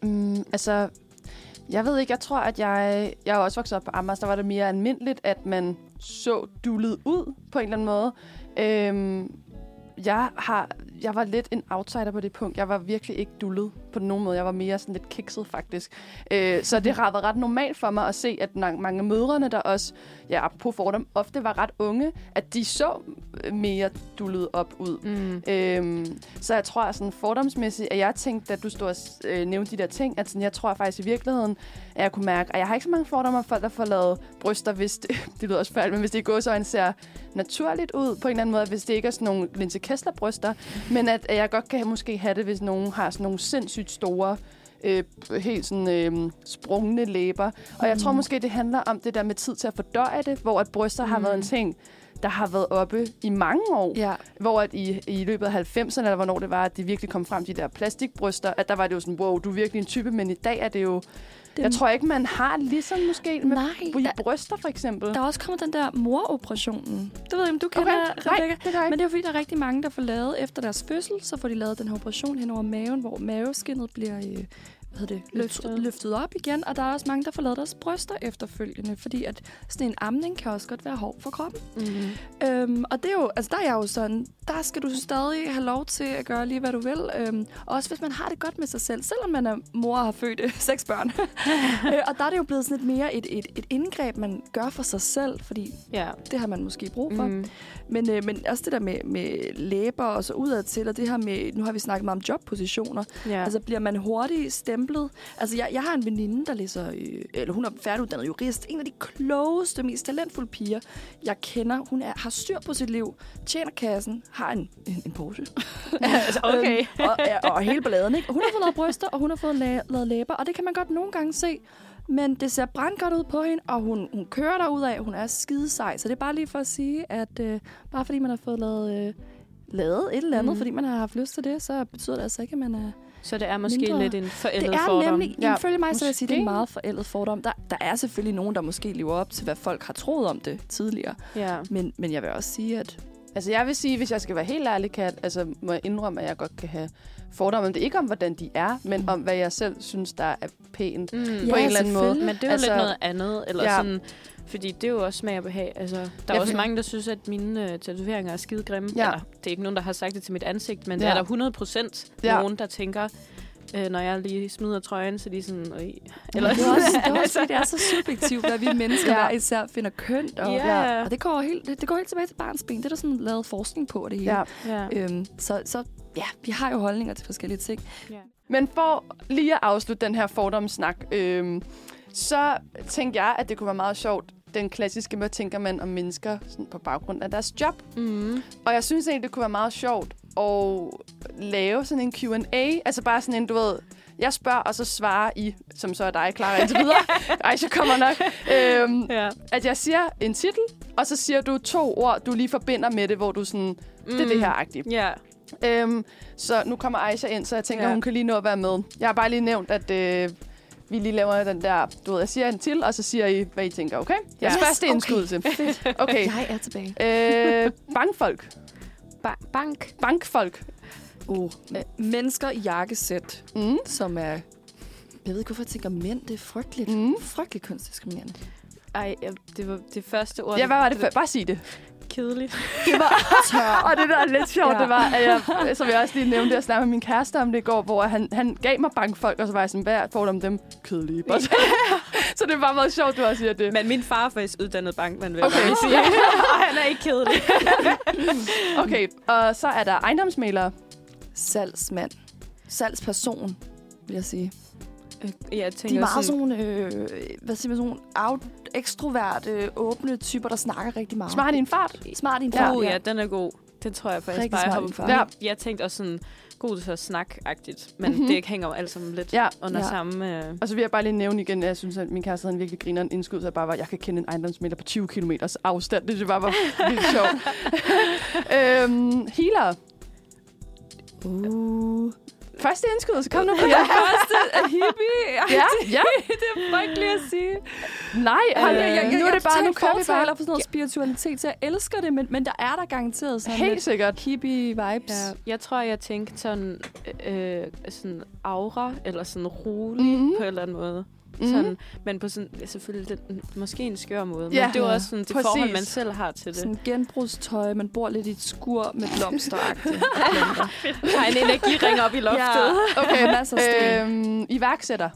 Speaker 3: Jeg ved ikke, jeg tror, at jeg er også vokset op på Amager, der var det mere almindeligt, at man så dullet ud på en eller anden måde. Jeg var lidt en outsider på det punkt. Jeg var virkelig ikke dullet på nogen måde. Jeg var mere sådan lidt kikset, faktisk. Så det har været ret normalt for mig at se, at mange mødrene, der også, på fordom, ofte var ret unge, at de så mere dullet op ud. Så jeg tror, sådan fordomsmæssigt, at jeg tænkte, at du stod og nævnte de der ting, at sådan, jeg tror faktisk i virkeligheden, at jeg kunne mærke, at jeg har ikke så mange fordomme af folk, der får lavet bryster, hvis det lyder også færdigt, men hvis det i gåseøjne ser naturligt ud på en eller anden måde, hvis det ikke er sådan nogle Linse Kessler-bryster, men at jeg godt kan måske have det, hvis nogen har sådan nogle sindssygt store, helt sådan sprungne læber. Og jeg tror måske, det handler om det der med tid til at fordøje det, hvor at bryster har været en ting, der har været oppe i mange år. Ja. Hvor at i løbet af 90'erne, eller hvornår det var, at de virkelig kom frem, de der plastikbryster, at der var det jo sådan, wow, du er virkelig en type, men i dag er det jo... Jeg tror ikke, man har ligesom måske med bryster, for eksempel.
Speaker 2: Der er også kommet den der moroperationen. Det ved jeg, om du kender, Rebecca. Men det er jo fordi, der er rigtig mange, der får lavet efter deres fødsel, så får de lavet den her operation hen over maven, hvor maveskindet bliver løftet op igen. Og der er også mange, der får lavet deres bryster efterfølgende, fordi at sådan en amning kan også godt være hård for kroppen. Og det er jo, altså der er jeg jo sådan, der skal du stadig have lov til at gøre lige, hvad du vil. Også hvis man har det godt med sig selv, selvom man er mor og har født 6 børn. Og der er det jo blevet sådan lidt mere et indgreb, man gør for sig selv, fordi det har man måske brug for. Men også det der med læber og så udad til, og det her med, nu har vi snakket meget om jobpositioner. Altså bliver man hurtigt stemplet. Altså jeg har en veninde, der læser, eller hun er færdiguddannet jurist, en af de klogeste, mest talentfulde piger, jeg kender. Hun har styr på sit liv, tjener kassen, har en Porsche.
Speaker 1: Altså, okay.
Speaker 2: og hele balladen, ikke? Hun har fået lavet bryster, og hun har fået lavet læber, og det kan man godt nogle gange se. Men det ser brandgodt ud på hende, og hun kører derudad, hun er skide sej. Så det er bare lige for at sige, at bare fordi man har fået lavet lavet et eller andet, fordi man har haft lyst til det, så betyder det altså ikke, at man er
Speaker 1: Så det er måske
Speaker 2: mindre.
Speaker 1: lidt en forældet
Speaker 2: det er
Speaker 1: fordom.
Speaker 2: Nemlig, ifølge mig, så vil jeg sige, det er en meget forældet fordom. Der er selvfølgelig nogen, der måske lever op til, hvad folk har troet om det tidligere.
Speaker 1: Ja.
Speaker 2: Men jeg vil også sige, at...
Speaker 3: Altså, jeg vil sige, hvis jeg skal være helt ærlig, må jeg indrømme, at jeg godt kan have fordomme. Det er ikke om, hvordan de er, men om, hvad jeg selv synes, der er pænt på en eller anden måde.
Speaker 1: Men det er jo lidt noget andet, eller sådan... Fordi det er jo også smag og behag. Altså, der er også mange, der synes, at mine tatoveringer er skide grimme. Ja. Eller, det er ikke nogen, der har sagt det til mit ansigt, men det er der 100% nogen, der tænker, når jeg lige smider trøjen, så de sådan... Eller,
Speaker 2: det er så subjektivt, at vi mennesker hver især finder kønt. Og, og det går helt tilbage til barnsben. Det er der sådan lavet forskning på, det hele. Så vi har jo holdninger til forskellige ting.
Speaker 3: Ja. Men for lige at afslutte den her fordomssnak, så tænkte jeg, at det kunne være meget sjovt, den klassiske, hvad tænker man om mennesker sådan på baggrund af deres job. Og jeg synes egentlig, det kunne være meget sjovt at lave sådan en Q&A. Altså bare sådan en, du ved, jeg spørger, og så svarer I, som så er dig, Clara, indtil videre. Aisha kommer nok. At jeg siger en titel, og så siger du 2 ord, du lige forbinder med det, hvor du sådan, det er det her-agtigt. Så nu kommer Aisha ind, så jeg tænker, hun kan lige nå at være med. Jeg har bare lige nævnt, at vi lige laver den der, du ved, jeg siger en til, og så siger I, hvad I tænker, okay? Jeg første indskydelse. Okay.
Speaker 2: Jeg er tilbage.
Speaker 3: Bankfolk. Bankfolk.
Speaker 2: Mennesker i jakkesæt, som er... Jeg ved ikke, hvorfor jeg tænker mænd. Det er frygteligt. Frygteligt kønsdiskriminerende.
Speaker 1: Ej, det var det første ord.
Speaker 3: Ja, hvad var det før? Bare sig det.
Speaker 1: Kedeligt.
Speaker 3: Det var tør. Og det der er lidt sjovt, det var, at jeg, som jeg også lige nævnte, jeg snakkede med min kæreste om det i går, hvor han gav mig bankfolk, og så var jeg sådan, hvad får dem kedelige? Så det var meget sjovt, du også siger det.
Speaker 1: Men min far er faktisk uddannet bankmand, vil jeg sige. Og han er ikke kedelig.
Speaker 3: Okay, og så er der ejendomsmælere.
Speaker 2: Salgsmand. Salgsperson, vil jeg sige.
Speaker 1: Jeg tænker
Speaker 2: de er meget sådan nogle ekstroverte, åbne typer, der snakker rigtig meget.
Speaker 3: Smart i en fart.
Speaker 1: Ja, den er god. Den tror jeg faktisk bare, jeg hopper på. Jeg tænkte også sådan, god til at snakke-agtigt, men det hænger jo alt sammen lidt under samme...
Speaker 3: Og så vil jeg bare lige nævne igen, at jeg synes, at min kæreste havde en virkelig griner en indskud, så jeg bare var, jeg kan kende en ejendomsmægler på 20 kilometers afstand. Det bare var vildt sjovt. Healer. Første indskud, så kom nu på det.
Speaker 2: Første hippie.
Speaker 3: Ja.
Speaker 2: Det er frygteligt at sige.
Speaker 3: Nej, nu er det bare, nu kører vi bare.
Speaker 2: For sådan noget spiritualitet, så jeg elsker det, men der er der garanteret sådan
Speaker 3: helt sikkert
Speaker 2: hippie-vibes.
Speaker 1: Ja, jeg tror, jeg tænkte sådan, sådan aura, eller sådan rolig på en eller anden måde. Sådan, men på sådan, selvfølgelig måske en skør måde. Men det er også sådan, det forhold, man selv har til det.
Speaker 2: Sådan genbrugstøj, man bor lidt i et skur med blomsteragtigt.
Speaker 1: Har en energiring op i loftet.
Speaker 3: Ja. Okay, masser af sten. Iværksætter.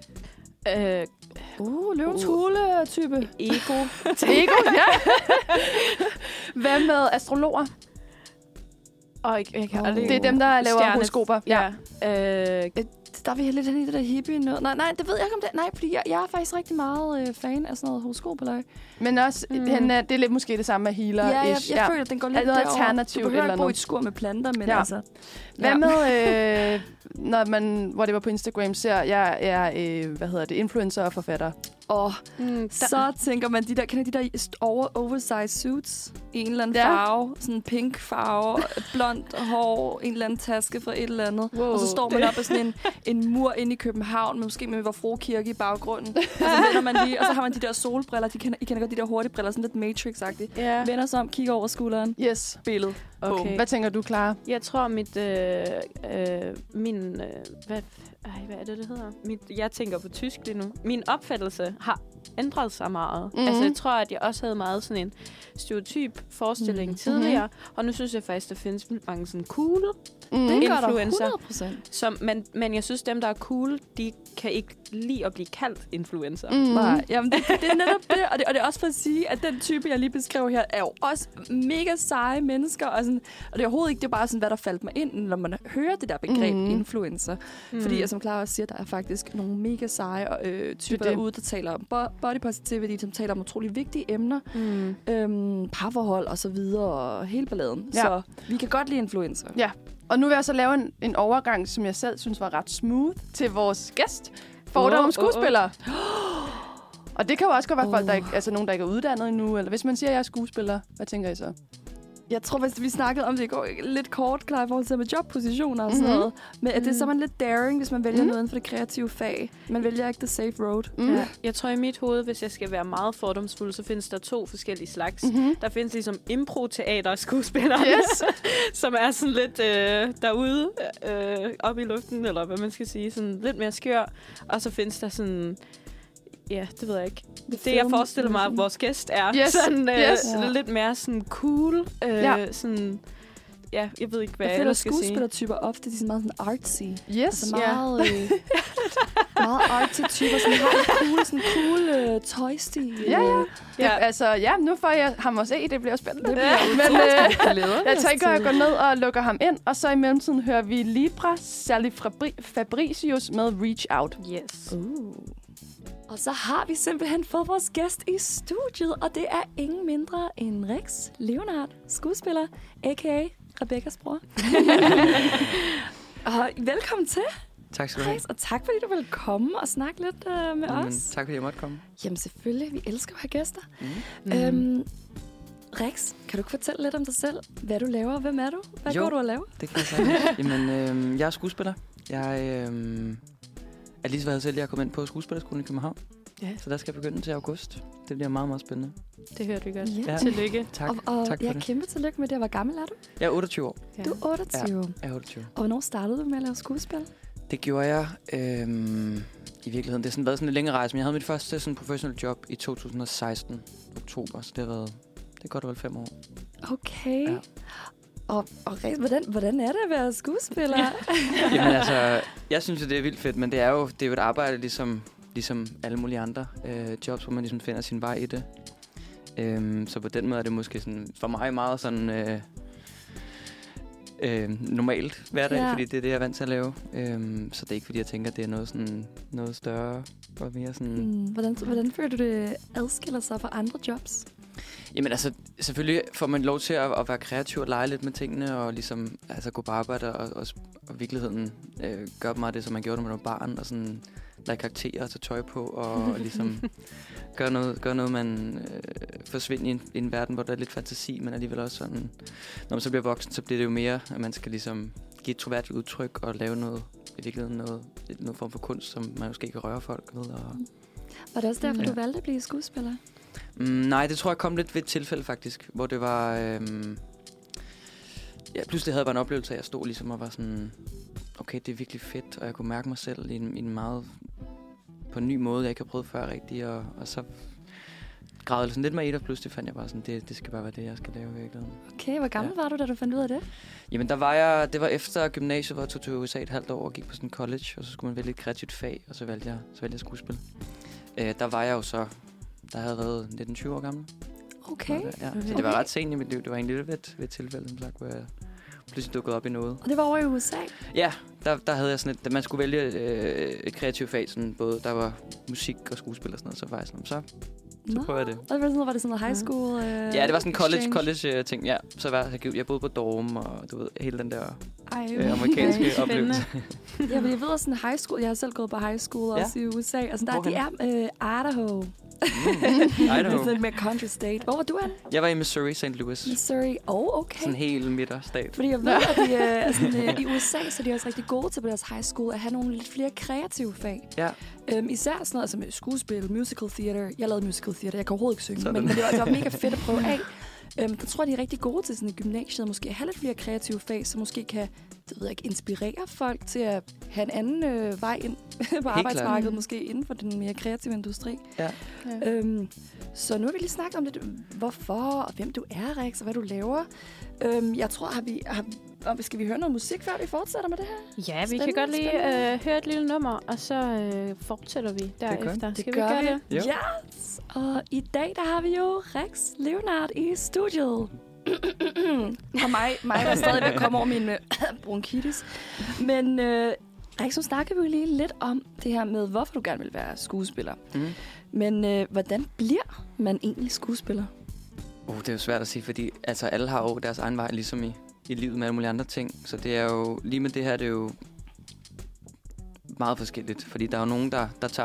Speaker 2: Løvens hule-type.
Speaker 1: Ego,
Speaker 3: ja. Hvad med astrologer?
Speaker 1: Jeg kan aldrig...
Speaker 3: Det er dem, der laver horoskoper.
Speaker 2: Ja. Der vil jeg lidt hen i det der hippie noget. Nej, det ved jeg ikke om det. Nej, fordi jeg er faktisk rigtig meget fan af sådan noget horoskopeløg. Men også, det er lidt måske det samme med healer. Ja, jeg føler, at den går lidt
Speaker 3: derover. Alternativt
Speaker 2: du behøver ikke bo i et skur med planter, men altså...
Speaker 3: Hvad med, når man, hvor det var på Instagram, ser jeg er, influencer og forfatter.
Speaker 2: Så tænker man, kender de der oversized suits i en eller anden farve, sådan en pink farve, blondt hår, en eller anden taske fra et eller andet. Wow, og så står man op af sådan en mur inde i København, måske med Vor Frue Kirke i baggrunden. Og så vender man lige, og så har man de der solbriller, I kender godt de der hurtige briller, sådan lidt Matrix-agtigt. Yeah. Vender sig om, kigger over skulderen.
Speaker 3: Yes.
Speaker 2: Billede.
Speaker 3: Okay. Hvad tænker du, Clara?
Speaker 1: Jeg tror, hvad er det hedder? Jeg tænker på tysk lige nu. Min opfattelse har ændret sig meget. Altså, jeg tror, at jeg også havde meget sådan en stereotyp forestilling tidligere, og nu synes jeg faktisk, der findes mange sådan cool influencer. Men jeg synes, dem, der er cool, de kan ikke lide at blive kaldt influencer.
Speaker 2: Nej, jamen det er netop det, og det er også for at sige, at den type, jeg lige beskrev her, er jo også mega seje mennesker, og det er overhovedet ikke, det er bare sådan, hvad der faldt mig ind, når man hører det der begreb influencer. Fordi, som Clara også siger, der er faktisk nogle mega seje typer derude, der taler om body positivity, som taler om utrolig vigtige emner, parforhold og så videre, og hele balladen. Ja. Så vi kan godt lide influencer.
Speaker 3: Ja. Og nu vil jeg så lave en overgang, som jeg selv synes var ret smooth, til vores gæst. Fordomme om skuespillere. Og det kan jo også godt være folk, der ikke, altså nogen, der ikke er uddannet endnu. Eller hvis man siger, at jeg er skuespiller, hvad tænker I så?
Speaker 2: Jeg tror, hvis vi snakkede om det i går lidt kort, klar i forhold til med jobpositioner og sådan noget. Men at det er så man lidt daring, hvis man vælger noget inden for det kreative fag. Man vælger ikke the safe road.
Speaker 1: Ja. Jeg tror i mit hoved, hvis jeg skal være meget fordomsfuld, så findes der 2 forskellige slags. Der findes ligesom impro-teater og skuespillere, som er sådan lidt derude, op i luften, eller hvad man skal sige, sådan lidt mere skør. Og så findes der sådan... Ja, det ved jeg ikke. Det jeg forestiller mig, at vores gæst er sådan lidt mere sådan cool. Sådan, ja, jeg ved ikke, hvad jeg skal sige.
Speaker 2: Skuespillertyper ofte, de er sådan meget sådan artsy.
Speaker 3: Yes.
Speaker 2: Altså meget, meget artsy typer, sådan har cool tøjstil.
Speaker 3: Nu får jeg ham at se. Det bliver spændende. Men jeg tænker, at jeg går ned og lukker ham ind. Og så i mellemtiden hører vi Libra, særligt Fabricius med Reach Out.
Speaker 1: Yes.
Speaker 2: Og så har vi simpelthen fået vores gæst i studiet, og det er ingen mindre end Rex Leonard, skuespiller, a.k.a. Rebekkas bror. Og velkommen til.
Speaker 4: Tak skal du have.
Speaker 2: Og tak, fordi du ville komme og snakke lidt med os.
Speaker 4: Tak, fordi jeg måtte komme.
Speaker 2: Jamen selvfølgelig, vi elsker at have gæster. Rex, kan du ikke fortælle lidt om dig selv? Hvad du laver, hvem er du? Hvad går du og laver?
Speaker 4: Det kan jeg sige. Jamen, jeg er skuespiller. Jeg er lige så været selv, jeg er kommet ind på skuespillerskolen i København. Ja. Så der skal jeg begynde til august. Det bliver meget, meget spændende.
Speaker 1: Det hørte vi godt. Ja. Tillykke.
Speaker 4: Tak.
Speaker 2: Og
Speaker 4: tak for det.
Speaker 2: Kæmpe tillykke med det. Hvor gammel er du?
Speaker 4: Jeg er 28 år.
Speaker 2: Ja. Du er 28?
Speaker 4: Ja, jeg er 28.
Speaker 2: Og hvornår startede du med at lave skuespil?
Speaker 4: Det gjorde jeg i virkeligheden. Det har været sådan en længere rejse, men jeg havde mit første sådan professional job i 2016 oktober, så det har været godt og vel 5 år.
Speaker 2: Okay. Ja. Og hvordan er det at være skuespiller?
Speaker 4: Jamen altså, jeg synes, det er vildt fedt, men det er jo et arbejde ligesom alle mulige andre jobs, hvor man ligesom finder sin vej i det. Så på den måde er det måske sådan, for mig meget sådan normalt hverdag, fordi det er det, jeg er vant til at lave. Så det er ikke, fordi jeg tænker, at det er noget større og mere sådan...
Speaker 2: Hvordan føler du, det adskiller sig fra andre jobs?
Speaker 4: Jamen altså, selvfølgelig får man lov til at være kreativ og lege lidt med tingene, og ligesom gå på arbejde og virkeligheden gøre meget det, som man gjorde, når man var barn, og sådan lege karakterer og tage tøj på, og ligesom gøre noget, man forsvinder i en verden, hvor der er lidt fantasi, men alligevel også sådan, når man så bliver voksen, så bliver det jo mere, at man skal ligesom give et troværdigt udtryk og lave noget, i virkeligheden noget form for kunst, som man måske kan røre folk ved.
Speaker 2: Var det også derfor, du valgte at blive skuespiller?
Speaker 4: Nej, det tror jeg kom lidt ved et tilfælde faktisk, hvor det var... pludselig havde jeg bare en oplevelse af, at jeg stod ligesom og var sådan... Okay, det er virkelig fedt, og jeg kunne mærke mig selv i en meget... På en ny måde, jeg ikke har prøvet før rigtigt, og så gravede jeg sådan lidt med et, og pludselig fandt jeg bare sådan, det skal bare være det, jeg skal lave i virkeligheden.
Speaker 2: Okay, hvor gammel var du, da du fandt ud af det?
Speaker 4: Jamen, det var efter gymnasiet, hvor jeg tog til USA et halvt år og gik på sådan college, og så skulle man vælge et kreativt fag, og så valgte jeg skuespil. Der var jeg jo så... Der havde været 19-20 år gammel.
Speaker 2: Okay.
Speaker 4: Så det var ret sent i mit liv. Det var egentlig lidt ved et tilfælde, som sagt, hvor jeg pludselig dukkede op i noget.
Speaker 2: Og det var over i USA?
Speaker 4: Ja, der havde jeg sådan man skulle vælge et kreativt fag, sådan både der var musik og skuespil og sådan noget, så var jeg sådan, så prøver jeg det.
Speaker 2: Og var det sådan noget high school?
Speaker 4: Ja, det var sådan en college ting, ja. Så jeg boede på dorm, og du ved, hele den der amerikanske oplevelse.
Speaker 2: Ja, men jeg ved også sådan high school. Jeg har selv gået på high school også i USA. Altså, de er Idaho.
Speaker 4: Idaho.
Speaker 2: Sådan med country state. Hvor var du an?
Speaker 4: Jeg var i Missouri, St. Louis.
Speaker 2: Missouri, okay.
Speaker 4: Sådan en helt midterstat.
Speaker 2: Fordi jeg ved, at i USA, så er de også rigtig gode til på deres high school at have nogle lidt flere kreative fag.
Speaker 4: Ja.
Speaker 2: Især sådan noget som skuespil, musical theater. Jeg lavede musical theater, jeg kan overhovedet ikke synge, men det var mega fedt at prøve af. Der tror jeg, de er rigtig gode til sådan i gymnasiet, måske have lidt flere kreative fag, som måske kan inspirere folk til at have en anden vej ind på arbejdsmarkedet, måske inden for den mere kreative industri. Ja. Så nu har vi lige snakket om lidt, hvorfor og hvem du er, Rex, og hvad du laver. Jeg tror, skal vi høre noget musik, før vi fortsætter med det her?
Speaker 1: Ja, vi kan godt lige høre et lille nummer, og så fortsætter vi derefter.
Speaker 2: Skal vi gøre det? Ja. Yes. Og i dag, der har vi jo Rex Leonard i studiet. Og mig der stadig ved at komme over min bronkitis. Men Rex, nu snakker vi lige lidt om det her med, hvorfor du gerne vil være skuespiller. Men hvordan bliver man egentlig skuespiller?
Speaker 4: Det er jo svært at sige, fordi altså, alle har jo deres egen vej, ligesom i livet med alle mulige andre ting. Så det er jo, lige med det her, det er jo meget forskelligt. Fordi der er jo nogen, der tager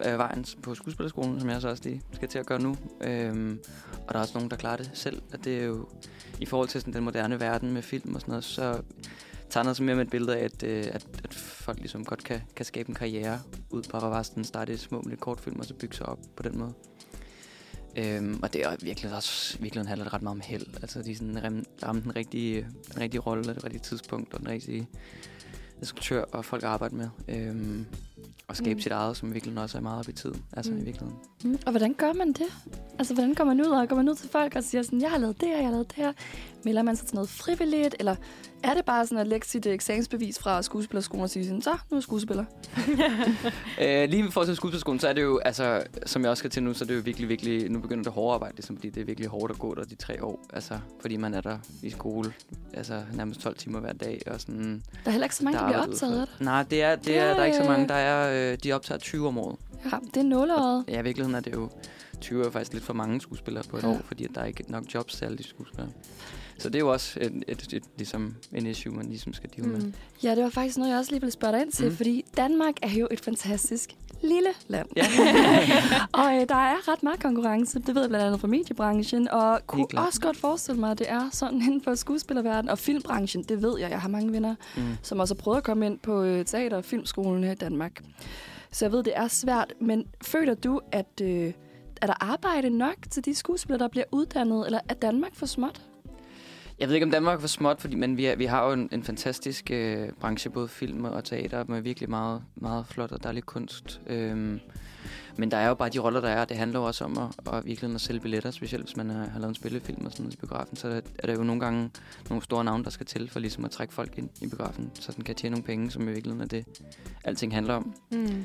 Speaker 4: af vejen på skuespillerskolen, som jeg så også lige skal til at gøre nu. Og der er også nogen, der klarer det selv. At det er jo, i forhold til sådan den moderne verden med film og sådan noget, så tegner sig mere med et billede af, at folk ligesom godt kan skabe en karriere ud på at sådan starte små med lidt kortfilm, og så bygge sig op på den måde. Og det er virkelig også handler det ret meget om held. Altså de sådan ramte den rigtige rolle, det rigtige tidspunkt og den rigtige instruktør og folk at arbejde med. Og skabe sit eget, som virkelig også er meget op i tiden. Altså i virkeligheden.
Speaker 2: Og hvordan gør man det? Altså hvordan går man ud til folk og siger sådan, jeg har lavet det her, jeg har lavet det her. Melder man sig til noget frivilligt, eller er det bare sådan at lægge sit eksamensbevis fra skuespillerskolen og sige sådan, så nu er jeg skuespiller?
Speaker 4: Lige for til skuespillerskolen, så er det jo, altså, som jeg også skal til nu, så er det jo virkelig, nu begynder det hårde arbejde, ligesom, fordi det er virkelig hårdt at gå der de 3 år, altså, fordi man er der i skole, altså nærmest 12 timer hver dag, og sådan.
Speaker 2: Der er heller ikke så mange, der bliver optaget af det.
Speaker 4: Nej, der er ikke så mange, de optager 20 om året.
Speaker 2: Ja, det er nåleåret.
Speaker 4: Ja, i virkeligheden er det jo 20 er faktisk lidt for mange skuespillere på et år, fordi der er ikke nok jobs til alle de skuespillere. Så det er jo også et ligesom en issue, man ligesom skal deal med.
Speaker 2: Ja, det var faktisk noget, jeg også lige ville spørge dig ind til, fordi Danmark er jo et fantastisk lille land.
Speaker 4: Ja.
Speaker 2: Og der er ret meget konkurrence, det ved jeg blandt andet fra mediebranchen, og kunne også godt forestille mig, at det er sådan inden for skuespillerverdenen og filmbranchen. Det ved jeg har mange venner, som også har prøvet at komme ind på teater- og filmskolen her i Danmark. Så jeg ved, det er svært, men føler du, at er der arbejde nok til de skuespillere, der bliver uddannet, eller er Danmark for småt?
Speaker 4: Jeg ved ikke, om Danmark er for småt, men vi har jo en fantastisk branche, både film og teater, med virkelig meget, meget flot og dejlig kunst. Men der er jo bare de roller, der er. Det handler jo også om at virkelig at sælge billetter, specielt hvis man har lavet en spillefilm og sådan noget i biografen. Så er der jo nogle gange nogle store navne, der skal til for ligesom at trække folk ind i biografen, så den kan tjene nogle penge, som i virkeligheden er det, alting handler om.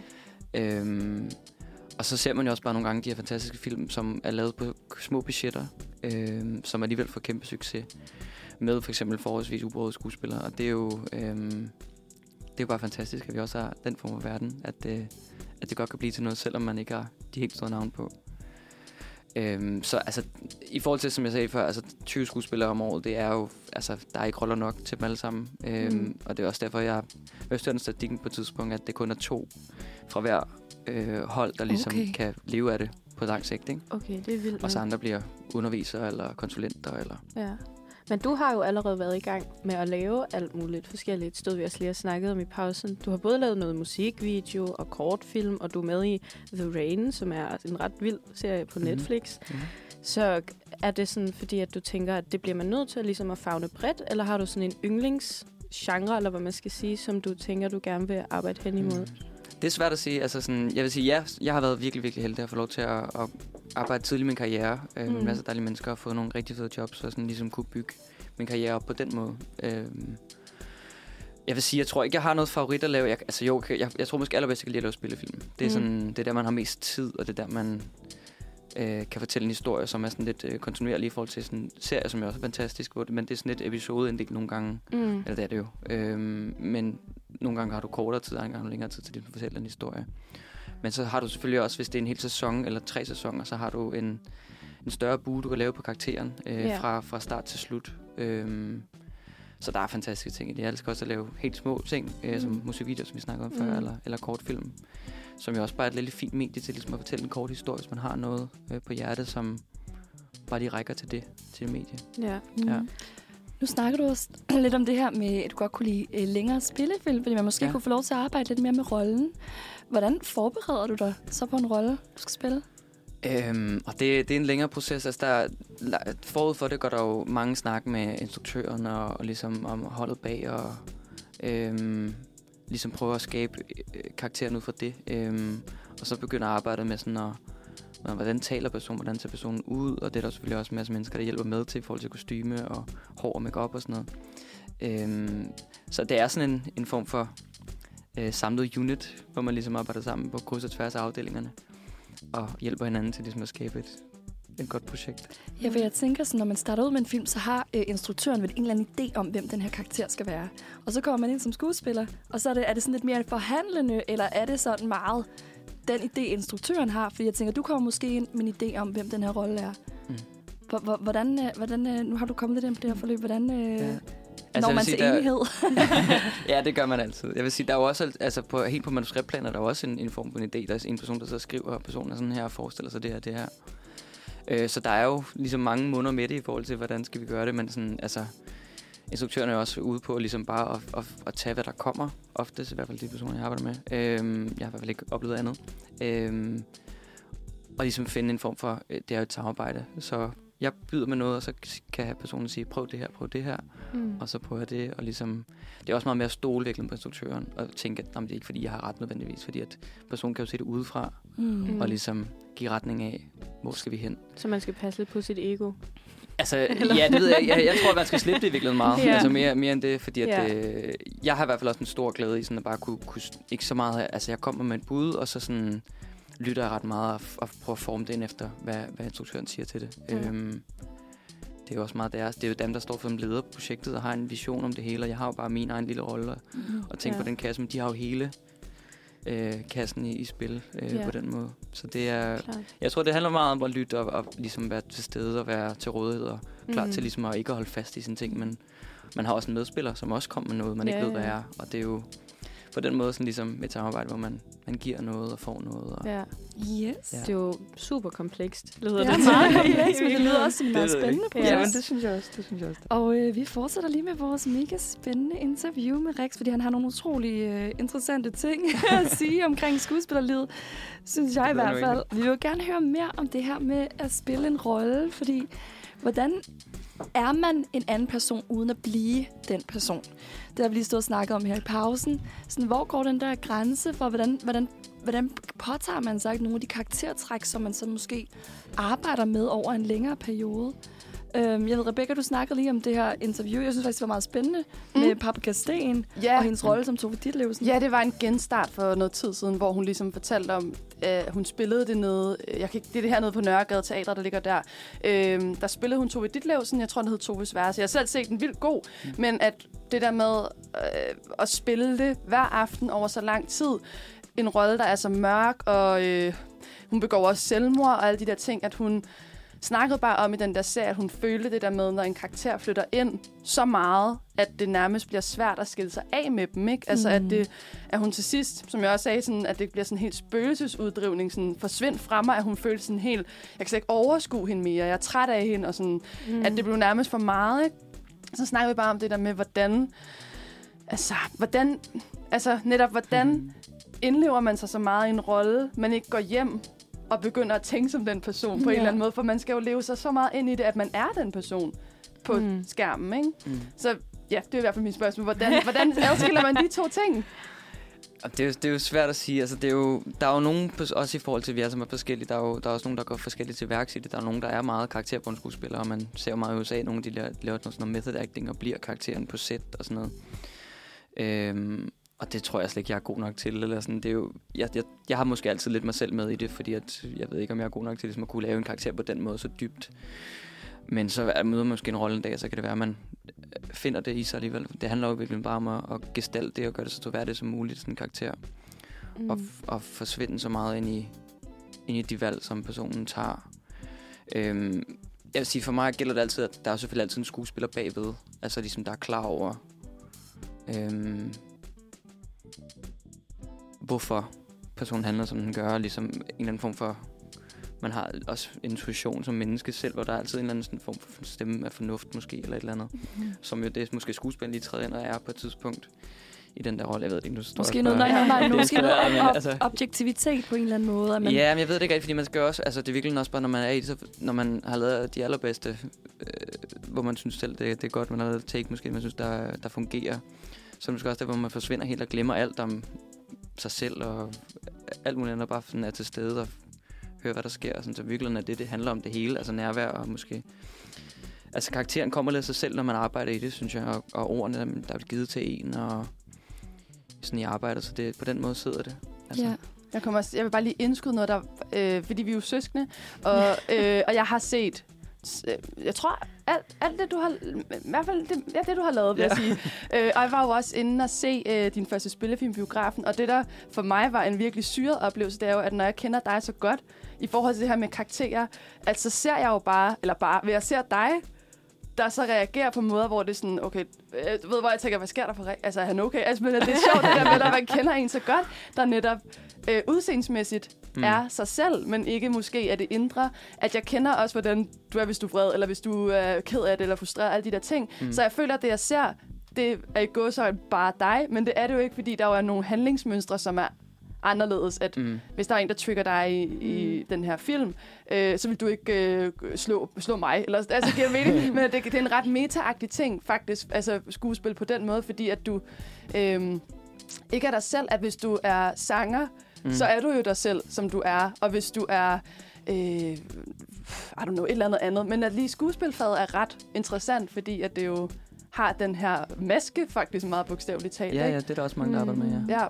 Speaker 4: Og så ser man jo også bare nogle gange de her fantastiske film, som er lavet på små budgetter, som alligevel får kæmpe succes med for eksempel forholdsvis ubrugede skuespillere. Og det er jo bare fantastisk, at vi også har den form af verden, at det godt kan blive til noget, selvom man ikke har de helt store navne på. Så altså, i forhold til, som jeg sagde før, altså 20 skuespillere om året, det er jo, altså, der er ikke roller nok til dem alle sammen. Og det er også derfor, jeg støtter statistikken på et tidspunkt, at det kun er 2 fra hver hold, der ligesom kan leve af det på lang sigt, ikke?
Speaker 1: Okay, det er vildt.
Speaker 4: Og så andre bliver undervisere eller konsulenter. Eller.
Speaker 1: Ja. Men du har jo allerede været i gang med at lave alt muligt forskelligt. Stod vi også lige og snakkede om i pausen. Du har både lavet noget musikvideo og kortfilm, og du er med i The Rain, som er en ret vild serie på Netflix. Så er det sådan, fordi at du tænker, at det bliver man nødt til ligesom at favne bredt, eller har du sådan en yndlingsgenre, eller hvad man skal sige, som du tænker, du gerne vil arbejde hen imod?
Speaker 4: Det er svært at sige. Altså sådan, jeg vil sige, ja, jeg har været virkelig, virkelig heldig at få lov til at arbejde tidligt i min karriere. Med masser af dejlige mennesker og fået nogle rigtig fede jobs, og sådan ligesom kunne bygge min karriere op på den måde. Jeg vil sige, jeg tror ikke, jeg har noget favorit at lave. Jeg tror måske allerbedst, jeg kan lide at lave spillefilm. Det er sådan, det er der, man har mest tid, og det er der, man kan fortælle en historie, som er sådan lidt kontinuerlig i forhold til sådan en serie, som er også fantastisk, men det er sådan lidt episodeinddelt nogle gange. Eller det er det jo. Men nogle gange har du kortere tid, andre gange har du længere tid til at fortælle en historie. Men så har du selvfølgelig også, hvis det er en hel sæson eller 3 sæsoner, så har du en større bue, du kan lave på karakteren fra start til slut. Så der er fantastiske ting. Jeg elsker også at lave helt små ting, som musikvideoer, som vi snakkede om før, eller kortfilm, som jo også bare er et lidt fint medie til ligesom at fortælle en kort historie, hvis man har noget på hjertet, som bare lige rækker til det medie.
Speaker 2: Ja. Nu snakker du også lidt om det her med, at du godt kunne lide længere spillefilm, fordi man måske kunne få lov til at arbejde lidt mere med rollen. Hvordan forbereder du dig så på en rolle, du skal spille?
Speaker 4: Og det er en længere proces. Altså forud for det går der jo mange snak med instruktøren og ligesom om holdet bag og ligesom prøve at skabe karakteren ud fra det. Og så begynder arbejdet med sådan hvordan taler personen, hvordan ser personen ud, og det er der selvfølgelig også en masse mennesker, der hjælper med til i forhold til kostyme og hår og makeup og sådan noget. Så det er sådan en form for samlet unit, hvor man ligesom arbejder sammen på kryds og tværs af afdelingerne og hjælper hinanden til ligesom at skabe et godt projekt.
Speaker 2: Ja, for jeg tænker sådan, når man starter ud med en film, så har instruktøren vel en eller anden idé om, hvem den her karakter skal være. Og så kommer man ind som skuespiller, og så er det sådan lidt mere forhandlende, eller er det sådan meget den idé, instruktøren har? Fordi jeg tænker, du kommer måske ind med en idé om, hvem den her rolle er. Hvordan nu har du kommet lidt ind på det her forløb, hvordan... når man til enighed.
Speaker 4: Ja, det gør man altid. Jeg vil sige, der er jo også, altså helt på manuskriptplaner, der er jo også en form for en idé. Der er en person, der så skriver, og personen er sådan her og forestiller sig det her. Så der er jo ligesom mange måneder med det i forhold til, hvordan skal vi gøre det, men sådan, altså, instruktøren er også ude på ligesom bare at tage, hvad der kommer. Oftest i hvert fald de personer, jeg arbejder med. Jeg har i hvert fald ikke oplevet andet. Og ligesom finde en form for, det er jo et samarbejde. Så jeg byder med noget, og så kan personen sige, prøv det her, og så prøver jeg det. Og ligesom, det er også meget mere at stole virkelig på instruktøren, og tænke, at det er ikke fordi, jeg har ret nødvendigvis, fordi at personen kan jo se det udefra, og ligesom give retning af, hvor skal vi hen.
Speaker 1: Så man skal passe lidt på sit ego.
Speaker 4: Altså, ja, det ved jeg. Jeg tror, at man skal slippe det virkelig meget. Ja. Altså mere end det, fordi at, jeg har i hvert fald også en stor glæde i sådan at bare kunne ikke så meget. Altså, jeg kommer med et bud, og så sådan lytter jeg ret meget og prøver at forme det ind efter, hvad instruktøren siger til det. Det er jo også meget deres. Det er jo dem, der står for som leder projektet og har en vision om det hele, og jeg har jo bare min egen lille rolle og tænker på den kasse, men de har jo hele kassen i spil på den måde. Så det er... Klart. Jeg tror, det handler meget om at lytte og ligesom være til stede og være til rådighed og klar til ligesom at ikke holde fast i sine ting, men man har også en medspiller, som også kommer med noget, man ikke ved, hvad er. Og det er jo på den måde sådan ligesom et samarbejde, hvor man giver noget og får noget. Og,
Speaker 2: yes.
Speaker 1: Det er jo super komplekst. Det lyder
Speaker 2: det meget komplekst, men det lyder også som en meget spændende proces.
Speaker 4: Ja, men det synes jeg også.
Speaker 2: Og vi fortsætter lige med vores mega spændende interview med Rex, fordi han har nogle utrolig interessante ting at sige omkring skuespillerlivet, synes jeg i hvert fald. Vi vil gerne høre mere om det her med at spille en rolle, fordi hvordan er man en anden person, uden at blive den person? Det har vi lige stået og snakket om her i pausen. Sådan, hvor går den der grænse for, hvordan påtager man sig nogle af de karaktertræk, som man så måske arbejder med over en længere periode? Jeg ved, Rebecca, du snakkede lige om det her interview. Jeg synes faktisk, det var meget spændende med Paprika Steen og hendes rolle som Tove Ditlevsen.
Speaker 3: Ja, det var en genstart for noget tid siden, hvor hun ligesom fortalte om, hun spillede det nede. Det er det her nede på Nørregade Teater, der ligger der. Der spillede hun Tove Ditlevsen. Jeg tror, den hed Toves Værelse. Jeg har selv set den vildt god, men at det der med at spille det hver aften over så lang tid, en rolle, der er så mørk, og hun begår også selvmord og alle de der ting, at hun snakkede bare om i den der serie, at hun følte det der med, når en karakter flytter ind så meget, at det nærmest bliver svært at skille sig af med dem, ikke? Altså, at hun til sidst, som jeg også sagde, sådan, at det bliver sådan en helt spøgelsesuddrivning, sådan forsvindt fra mig, at hun følte sådan helt, jeg kan slet ikke overskue hende mere, jeg er træt af hende, og sådan, at det blev nærmest for meget, ikke? Så snakker vi bare om det der med, hvordan indlever man sig så meget i en rolle, man ikke går hjem og begynder at tænke som den person på en eller anden måde, for man skal jo leve sig så meget ind i det, at man er den person på skærmen, ikke? Så ja, det er i hvert fald mit spørgsmål. Hvordan adskiller man de to ting?
Speaker 4: Og det er jo svært at sige. Altså, der er jo nogen, også i forhold til, at vi er forskellige, der er også nogen, der går forskelligt til værks i det. Der er nogen, der er meget karakterbundskuespillere, og man ser jo meget i USA, nogle af de laver sådan noget method acting og bliver karakteren på set og sådan noget. Og det tror jeg slet ikke, jeg er god nok til. Eller sådan. Det er jo, jeg har måske altid lidt mig selv med i det, fordi at, jeg ved ikke, om jeg er god nok til ligesom at kunne lave en karakter på den måde så dybt. Men så møder man måske en rolle en dag, så kan det være, at man finder det i sig alligevel. Det handler jo virkelig bare om at gestalte det og gøre det så troværdigt som muligt, sådan en karakter. Og forsvinde så meget ind i de valg, som personen tager. Jeg vil sige, for mig gælder det altid, at der er selvfølgelig altid en skuespiller bagved. Altså ligesom, der er klar over, hvorfor personen handler, som den gør. Ligesom en eller anden form for... Man har også intuition som menneske selv, hvor der er altid en eller anden form for stemme af fornuft måske, eller et eller andet. Som jo det måske skuespilleren lige træder ind og er på et tidspunkt i den der rolle. Jeg ved ikke, nu står
Speaker 2: måske noget objektivitet på en eller anden måde.
Speaker 4: Men... Ja, men jeg ved det ikke rigtig, fordi man skal også... Altså, det er virkelig også bare, når man er i det, når man har lavet de allerbedste, hvor man synes selv, det er godt, man har lavet take måske, man synes, der fungerer. Så måske også der, hvor man forsvinder helt og glemmer alt om sig selv og alt muligt andet, bare sådan er til stede og høre, hvad der sker. Sådan, så virkelig er det handler om det hele, altså nærvær og måske... Altså karakteren kommer lidt af sig selv, når man arbejder i det, synes jeg, og ordene, der er givet til en, og sådan i arbejdet, så det, på den måde sidder det. Altså.
Speaker 3: Ja. Jeg vil bare lige indskyde noget, der, fordi vi er jo søskende, og jeg har set... Jeg tror, alt det, du har... I hvert fald det du har lavet, vil jeg sige. Og jeg var jo også inde og se din første spillefilm, Biografen, og det, der for mig var en virkelig syret oplevelse, det er jo, at når jeg kender dig så godt, i forhold til det her med karakterer, altså ser jeg jo bare, ved at se dig, der så reagerer på måder, hvor det er sådan, okay, du ved, hvor jeg tænker, hvad sker der for altså, er han okay? Altså, men det er sjovt, det der med, at man kender en så godt, der netop udseendsmæssigt er sig selv, men ikke måske er det indre. At jeg kender også, hvordan du er, hvis du er vred, eller hvis du er ked af det, eller frustreret, alle de der ting. Så jeg føler, at det, jeg ser, det er ikke gået så bare dig, men det er det jo ikke, fordi der er nogle handlingsmønstre, som er anderledes, at hvis der er en, der trigger dig i den her film, så vil du ikke slå mig. Eller, altså, giver mening, men det er en ret meta-agtig ting, faktisk, altså skuespil på den måde, fordi at du ikke er dig selv, at hvis du er sanger, så er du jo dig selv, som du er, og hvis du er I don't know, et eller andet, men at lige skuespilfaget er ret interessant, fordi at det jo har den her maske, faktisk meget bogstaveligt talt.
Speaker 4: Ja,
Speaker 3: ikke?
Speaker 4: ja, det er der også mange, der arbejder med, ja.
Speaker 3: Ja.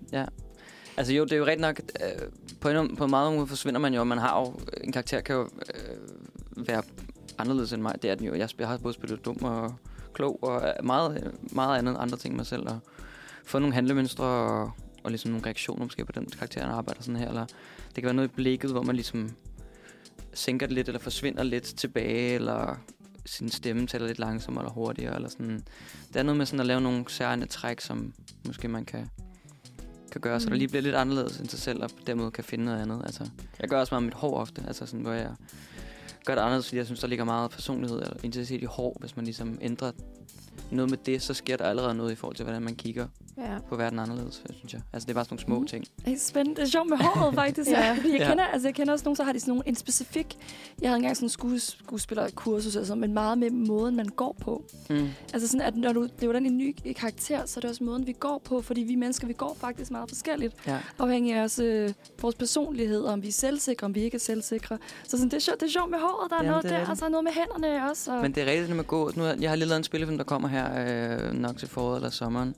Speaker 4: Altså jo, det er jo rigtig nok, på en meget måde forsvinder man jo, og man har jo, en karakter kan jo være anderledes end mig. Det er den jo. Jeg har både spillet dum og klog, og meget, meget andet, andre ting mig selv, og få nogle handlemønstre, og ligesom nogle reaktioner måske på den karakter, der arbejder sådan her, eller det kan være noget i blikket, hvor man ligesom sænker det lidt, eller forsvinder lidt tilbage, eller sin stemme taler lidt langsommere eller hurtigere, eller sådan. Det er noget med sådan at lave nogle særlige træk, som måske man kan gøre, så der lige bliver lidt anderledes end sig selv, og på den måde kan finde noget andet. Altså, jeg gør også meget med mit hår ofte, altså sådan, hvor jeg gør det anderledes, fordi jeg synes, der ligger meget personlighed eller intensitet i hår. Hvis man ligesom ændrer noget med det, så sker der allerede noget i forhold til, hvordan man kigger på verden anderledes, synes jeg. Altså, det er bare sådan nogle små ting.
Speaker 2: Det er spændende. Det er sjovt med håret, faktisk. Fordi jeg kender også nogen, så har de sådan nogle, en specifik... Jeg havde engang sådan en skuespillerkursus, altså, men meget med måden, man går på. Altså sådan, at når du lever den i en ny karakter, så er det også måden, vi går på, fordi vi mennesker, vi går faktisk meget forskelligt. Ja. Afhængig af også vores personlighed, om vi er selvsikre, om vi ikke er selvsikre. Så sådan, det er sjovt med håret, der er noget der, og så er noget med hænderne også. Og...
Speaker 4: Men det er rigtigt, når man går... Nu, jeg har lige lavet en spillefilm, der kommer her nok til foråret eller sommeren,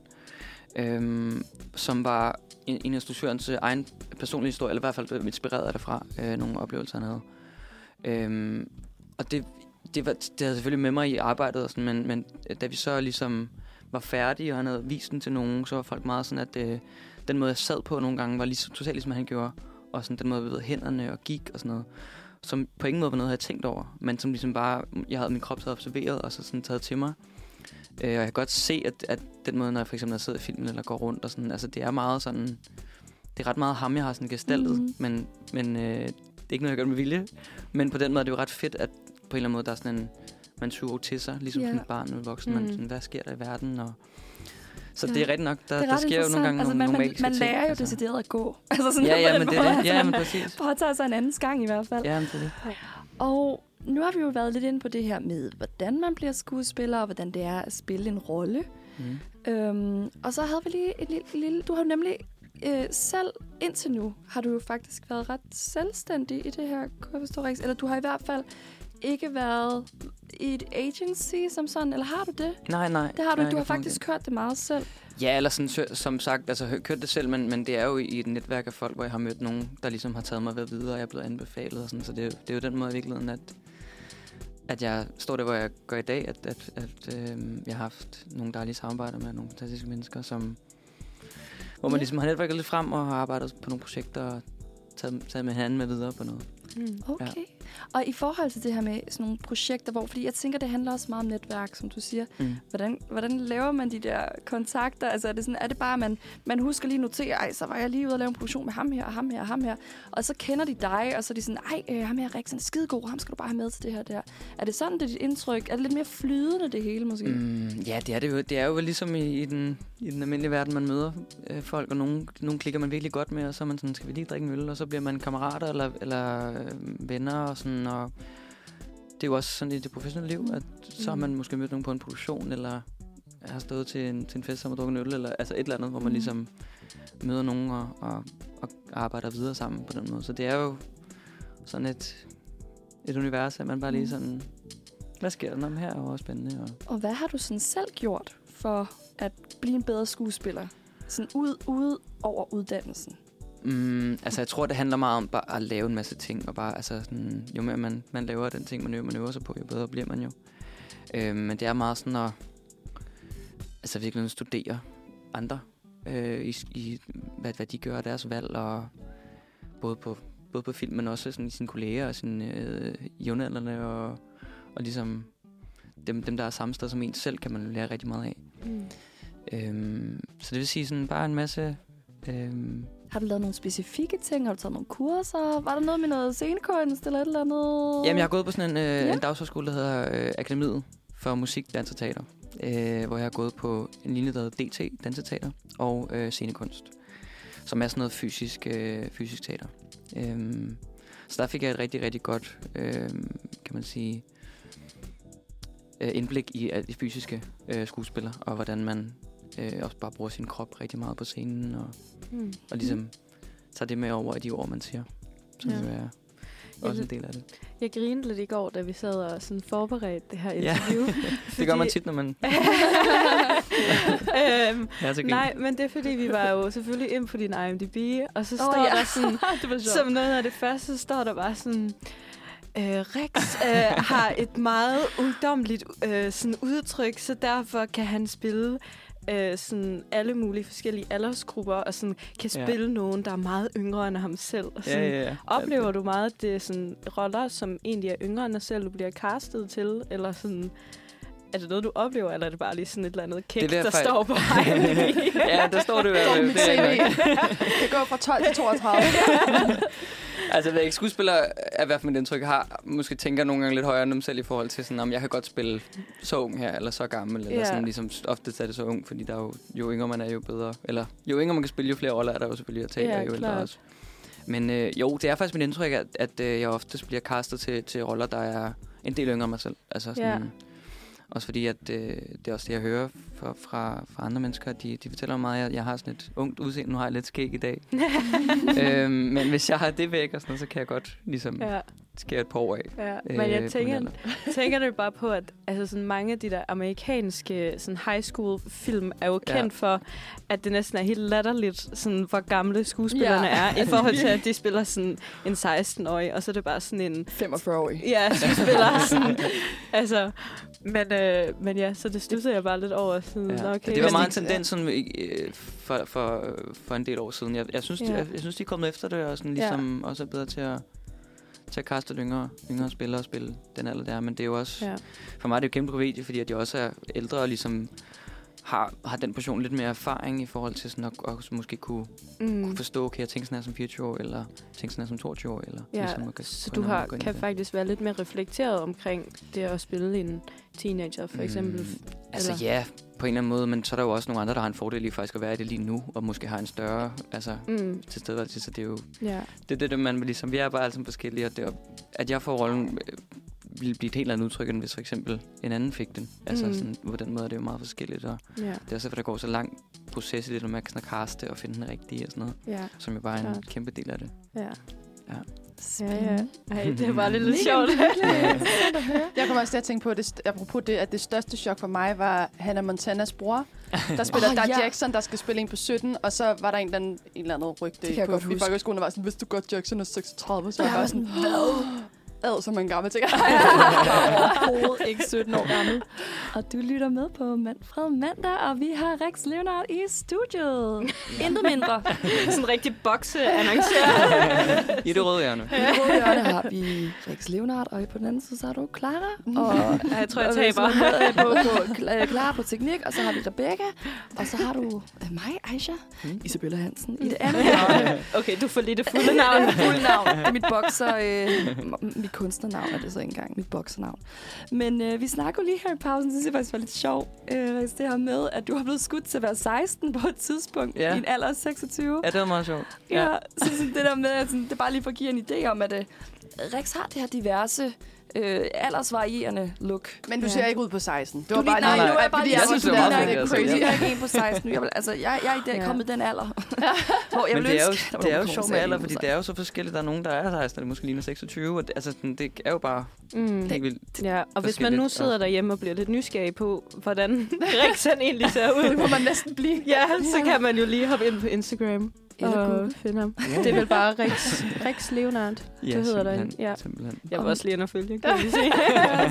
Speaker 4: som var en instruktørens egen personlige historie, eller i hvert fald inspireret af det fra nogle oplevelser, han havde. Og det havde selvfølgelig med mig i arbejdet, og sådan, men da vi så ligesom var færdige, og han havde vist den til nogen, så var folk meget sådan, at den måde, jeg sad på nogle gange, var totalt ligesom han gjorde, og sådan den måde, vi ved hænderne og gik og sådan noget, som på ingen måde var noget, jeg havde tænkt over, men som ligesom bare, min krop havde observeret, og så sådan taget til mig. Og jeg kan godt se, at den måde, når jeg for eksempel sidder i filmen eller går rundt, og sådan, altså det er meget sådan, det er ret meget ham, jeg har sådan gestaltet, men det er ikke noget, jeg gør med vilje. Men på den måde er det jo ret fedt, at på en eller anden måde, der er sådan en, man suger til sig, ligesom sådan et barn og voksen, man sådan, hvad sker der i verden, og så det er rigtigt nok, der sker jo nogle gange
Speaker 2: altså,
Speaker 4: nogle magiske ting.
Speaker 2: Man lærer jo decideret at gå. Altså sådan
Speaker 4: ja, men det er det. Ja, men præcis.
Speaker 2: Påtager sig en anden gang i hvert fald.
Speaker 4: Ja, men det er det.
Speaker 2: Og nu har vi jo været lidt inde på det her med, hvordan man bliver skuespiller, og hvordan det er at spille en rolle. Og så havde vi lige et lille... Du har jo nemlig selv indtil nu, har du jo faktisk været ret selvstændig i det her, kunne jeg forstå, eller du har i hvert fald ikke været i et agency som sådan, eller har du det?
Speaker 4: Nej.
Speaker 2: Det har du ikke. Du har faktisk kørt det meget selv.
Speaker 4: Ja, eller sådan, som sagt, altså kørt det selv, men det er jo i et netværk af folk, hvor jeg har mødt nogen, der ligesom har taget mig videre, og jeg er blevet anbefalet og sådan, så det er jo den måde i virkeligheden, at jeg står der, hvor jeg gør i dag, at jeg har haft nogle dejlige samarbejder med nogle fantastiske mennesker, hvor man ligesom har netværket lidt frem og har arbejdet på nogle projekter og taget med hinanden med videre på noget.
Speaker 2: Okay. Ja. Og i forhold til det her med sådan nogle projekter, fordi jeg tænker, det handler også meget om netværk, som du siger. Hvordan laver man de der kontakter? Altså er det bare, at man husker lige notere, så var jeg lige ude og lave en produktion med ham her, og ham her, og ham her. Og så kender de dig, og så er de sådan, ham her er rigtig skidegod, ham skal du bare have med til det her der. Er det sådan, det er dit indtryk? Er det lidt mere flydende, det hele måske?
Speaker 4: Ja, det er det jo. Det er jo ligesom i den almindelige verden, man møder folk, og nogle klikker man virkelig godt med, og så er man sådan, skal vi lige drikke en øl, og så bliver man kammerater eller venner og sådan, og det er jo også sådan i det professionelle liv, at så har man måske mødt nogen på en produktion, eller har stået til en fest, som har drukket en øl, eller altså et eller andet, hvor man ligesom møder nogen og arbejder videre sammen på den måde. Så det er jo sådan et univers, at man bare lige sådan, hvad sker der, her er jo også spændende.
Speaker 2: Og hvad har du sådan selv gjort for at blive en bedre skuespiller? Sådan ud over uddannelsen?
Speaker 4: Altså jeg tror, det handler meget om bare at lave en masse ting, og bare, altså sådan, jo mere man laver den ting, man øver sig på, jo bedre bliver man jo. Men det er meget sådan at virkelig studere andre i hvad de gør, deres valg, og både på film, men også sådan i sine kolleger og sine jævnaldrende, og ligesom dem, der er samme sted som en selv, kan man lære rigtig meget af. Så det vil sige sådan bare en masse...
Speaker 2: Har du lavet nogle specifikke ting? Har du taget nogle kurser? Var der noget med noget scenekunst eller et eller andet?
Speaker 4: Jamen, jeg har gået på sådan en dagshøjskole, der hedder Akademiet for Musik, Dans og Teater. Hvor jeg har gået på en linje, der hedder DT, Danseteater, og scenekunst. Som er sådan noget fysisk teater. Så der fik jeg et rigtig, rigtig godt, kan man sige, indblik i de fysiske skuespillere, og hvordan man også bare bruger sin krop rigtig meget på scenen, og ligesom tager det med over i de ord, man siger. Så det er også en del af det.
Speaker 1: Jeg grinede lidt i går, da vi sad og sådan forberedte det her interview.
Speaker 4: Ja, det gør man tit, når man...
Speaker 1: Nej, men det er fordi, vi var jo selvfølgelig ind på din IMDb, og så står der sådan, som noget af det første, så står der bare sådan... Rex har et meget ungdomligt sådan udtryk, så derfor kan han spille sådan alle mulige forskellige aldersgrupper, og sådan kan spille nogen, der er meget yngre end ham selv. Og sådan, oplever du meget det sådan roller, som egentlig er yngre end dig selv, du bliver castet til, eller sådan... Er det noget, du oplever, eller er det bare lige sådan et eller andet kæk, der står på IMDb?
Speaker 4: Ja, der står det jo.
Speaker 3: Det kan gå fra 12 til 32.
Speaker 4: Altså, hvad skuespillere er i hvert fald mit indtryk, har måske tænker nogle gange lidt højere end dem selv i forhold til sådan, om jeg kan godt spille så ung her, eller så gammel, eller sådan ligesom ofte er det så ung, fordi der er jo yngre man er, jo bedre. Eller jo yngre man kan spille, jo flere roller er der jo selvfølgelig at tage, jo ældre også. Men jo, det er faktisk mit indtryk, at jeg oftest bliver castet til roller, der er en del yngre end mig selv. Altså sådan... Også fordi, at det er også det, jeg hører fra andre mennesker. De fortæller mig meget, at jeg har sådan et ungt udseende. Nu har jeg lidt skæg i dag. Men hvis jeg har det væk, og sådan noget, så kan jeg godt ligesom skære et par år af.
Speaker 1: Ja. Men jeg tænker det bare på, at altså, sådan mange af de der amerikanske sådan high school film er jo kendt for, at det næsten er helt latterligt, sådan, hvor gamle skuespillerne er, i forhold til, at de spiller sådan en 16-årig, og så er det bare sådan en...
Speaker 2: 45-årig.
Speaker 1: Ja, skuespiller sådan... altså... Men ja, så det stusser jeg bare lidt over. Sådan, okay.
Speaker 4: Det var meget en tendens sådan, for en del år siden. Jeg synes, de er kommet efter det, og sådan, ligesom også er bedre til at kaste yngre spillere og spille den alder der. Men det er jo også... For mig er det jo kæmpe privilegie, fordi at de også er ældre og ligesom har den portion lidt mere erfaring i forhold til sådan at måske kunne forstå, okay, jeg tænker sådan her som 24 år, eller tænker sådan her som 22 år. Eller ligesom
Speaker 1: så du kan faktisk være lidt mere reflekteret omkring det at spille en teenager, for eksempel?
Speaker 4: Altså ja, på en eller anden måde, men så er der jo også nogle andre, der har en fordel i faktisk at være i det lige nu, og måske har en større tilstedeværelse, så det er jo... Det man ligesom... Vi er bare alle sammen forskellige, og det, at jeg får rollen... ville blive et helt andet udtryk, end hvis for eksempel en anden fik den. Altså sådan, på den måde er det jo meget forskelligt, og det er også, for der går så lang proces i det, når man kan kaste og finde den rigtige og sådan noget, som jo bare er en kæmpe del af det.
Speaker 1: Ej, det var lidt sjovt.
Speaker 3: Jeg kommer også til at tænke på, apropos det, at det største chok for mig var Hannah Montanas bror, der spiller Doug Jackson, der skal spille en på 17, og så var der en eller anden rygte i folkeskolen, der var sådan, hvis du godt Jackson er 36, så var jeg bare sådan, som en gammel ting.
Speaker 2: Overhovedet ikke 17 år gammel. Og du lytter med på Manfred Mandag, og vi har Rex Leonard i studiet. Intet mindre.
Speaker 1: Sådan en rigtig bokseannoncør.
Speaker 4: I det røde hjørne.
Speaker 2: I det røde hjørne har vi Rex Leonard, og på den anden side så har du Clara. Og
Speaker 1: jeg tror, jeg taber.
Speaker 2: Clara på teknik, og så har vi Rebecca, og så har du mig, Aisha, Isabella Hansen i det andet.
Speaker 1: Okay, du får lige det fulde navn.
Speaker 2: Mit mit kunstnernavn er det så engang, mit boksernavn. Men vi snakker lige her i pausen, det synes jeg faktisk var lidt sjovt. Det her med, at du har blevet skudt til at være 16 på et tidspunkt i en alder af 26.
Speaker 4: Ja, det var meget sjovt.
Speaker 2: Ja, så det der med, at det er bare lige for at give en idé om, at Rex har det her diverse aldersvarierende look.
Speaker 3: Men du ser ikke ud på 16. Det var
Speaker 2: bare
Speaker 3: nej,
Speaker 2: nu er jeg bare lige
Speaker 4: crazy.
Speaker 2: Jeg er ikke en på 16. Jeg er i dag kommet den alder.
Speaker 4: Men det er jo sjovt med alder, fordi det er jo så forskelligt. Der er nogen, der er 16, og måske ligner 26. Altså, det er jo bare helt vildt.
Speaker 1: Ja, og hvis man nu sidder derhjemme og bliver lidt nysgerrig på, hvordan Rex egentlig ser ud,
Speaker 3: må man næsten blive.
Speaker 1: Ja, så kan man jo lige hoppe ind på Instagram. Og finde ham. Det er vel bare Rex Leonard, du hedder derinde. Ja. Jeg var også lige inde og følge, kan vi sige.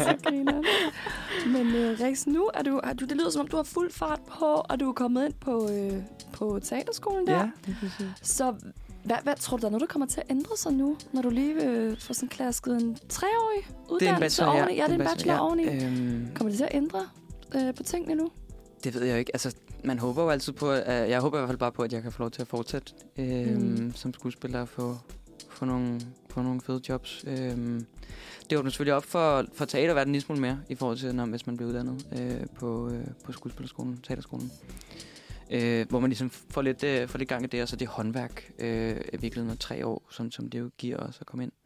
Speaker 2: Men Rex, nu er du, det lyder som om, du har fuld fart på, og du er kommet ind på teaterskolen der.
Speaker 4: Ja, det
Speaker 2: så Hvad tror du, der er noget, der kommer til at ændre sig nu, når du lige får sådan klasket en 3-årig uddannelse oveni? Ja, det er en bachelor oveni. Kommer det til at ændre på tingene nu?
Speaker 4: Det ved jeg ikke. Altså, man håber jo altid på, jeg håber i hvert fald bare på, at jeg kan få lov til at fortsætte som skuespiller og få nogle fede jobs. Det åbner selvfølgelig op for teaterverdenen en lille smule mere, i forhold til, hvis man bliver uddannet på skuespillerskolen, teaterskolen. Hvor man ligesom får lidt gang i det, og så det håndværk virkelig noget 3 år, som det jo giver os at komme ind.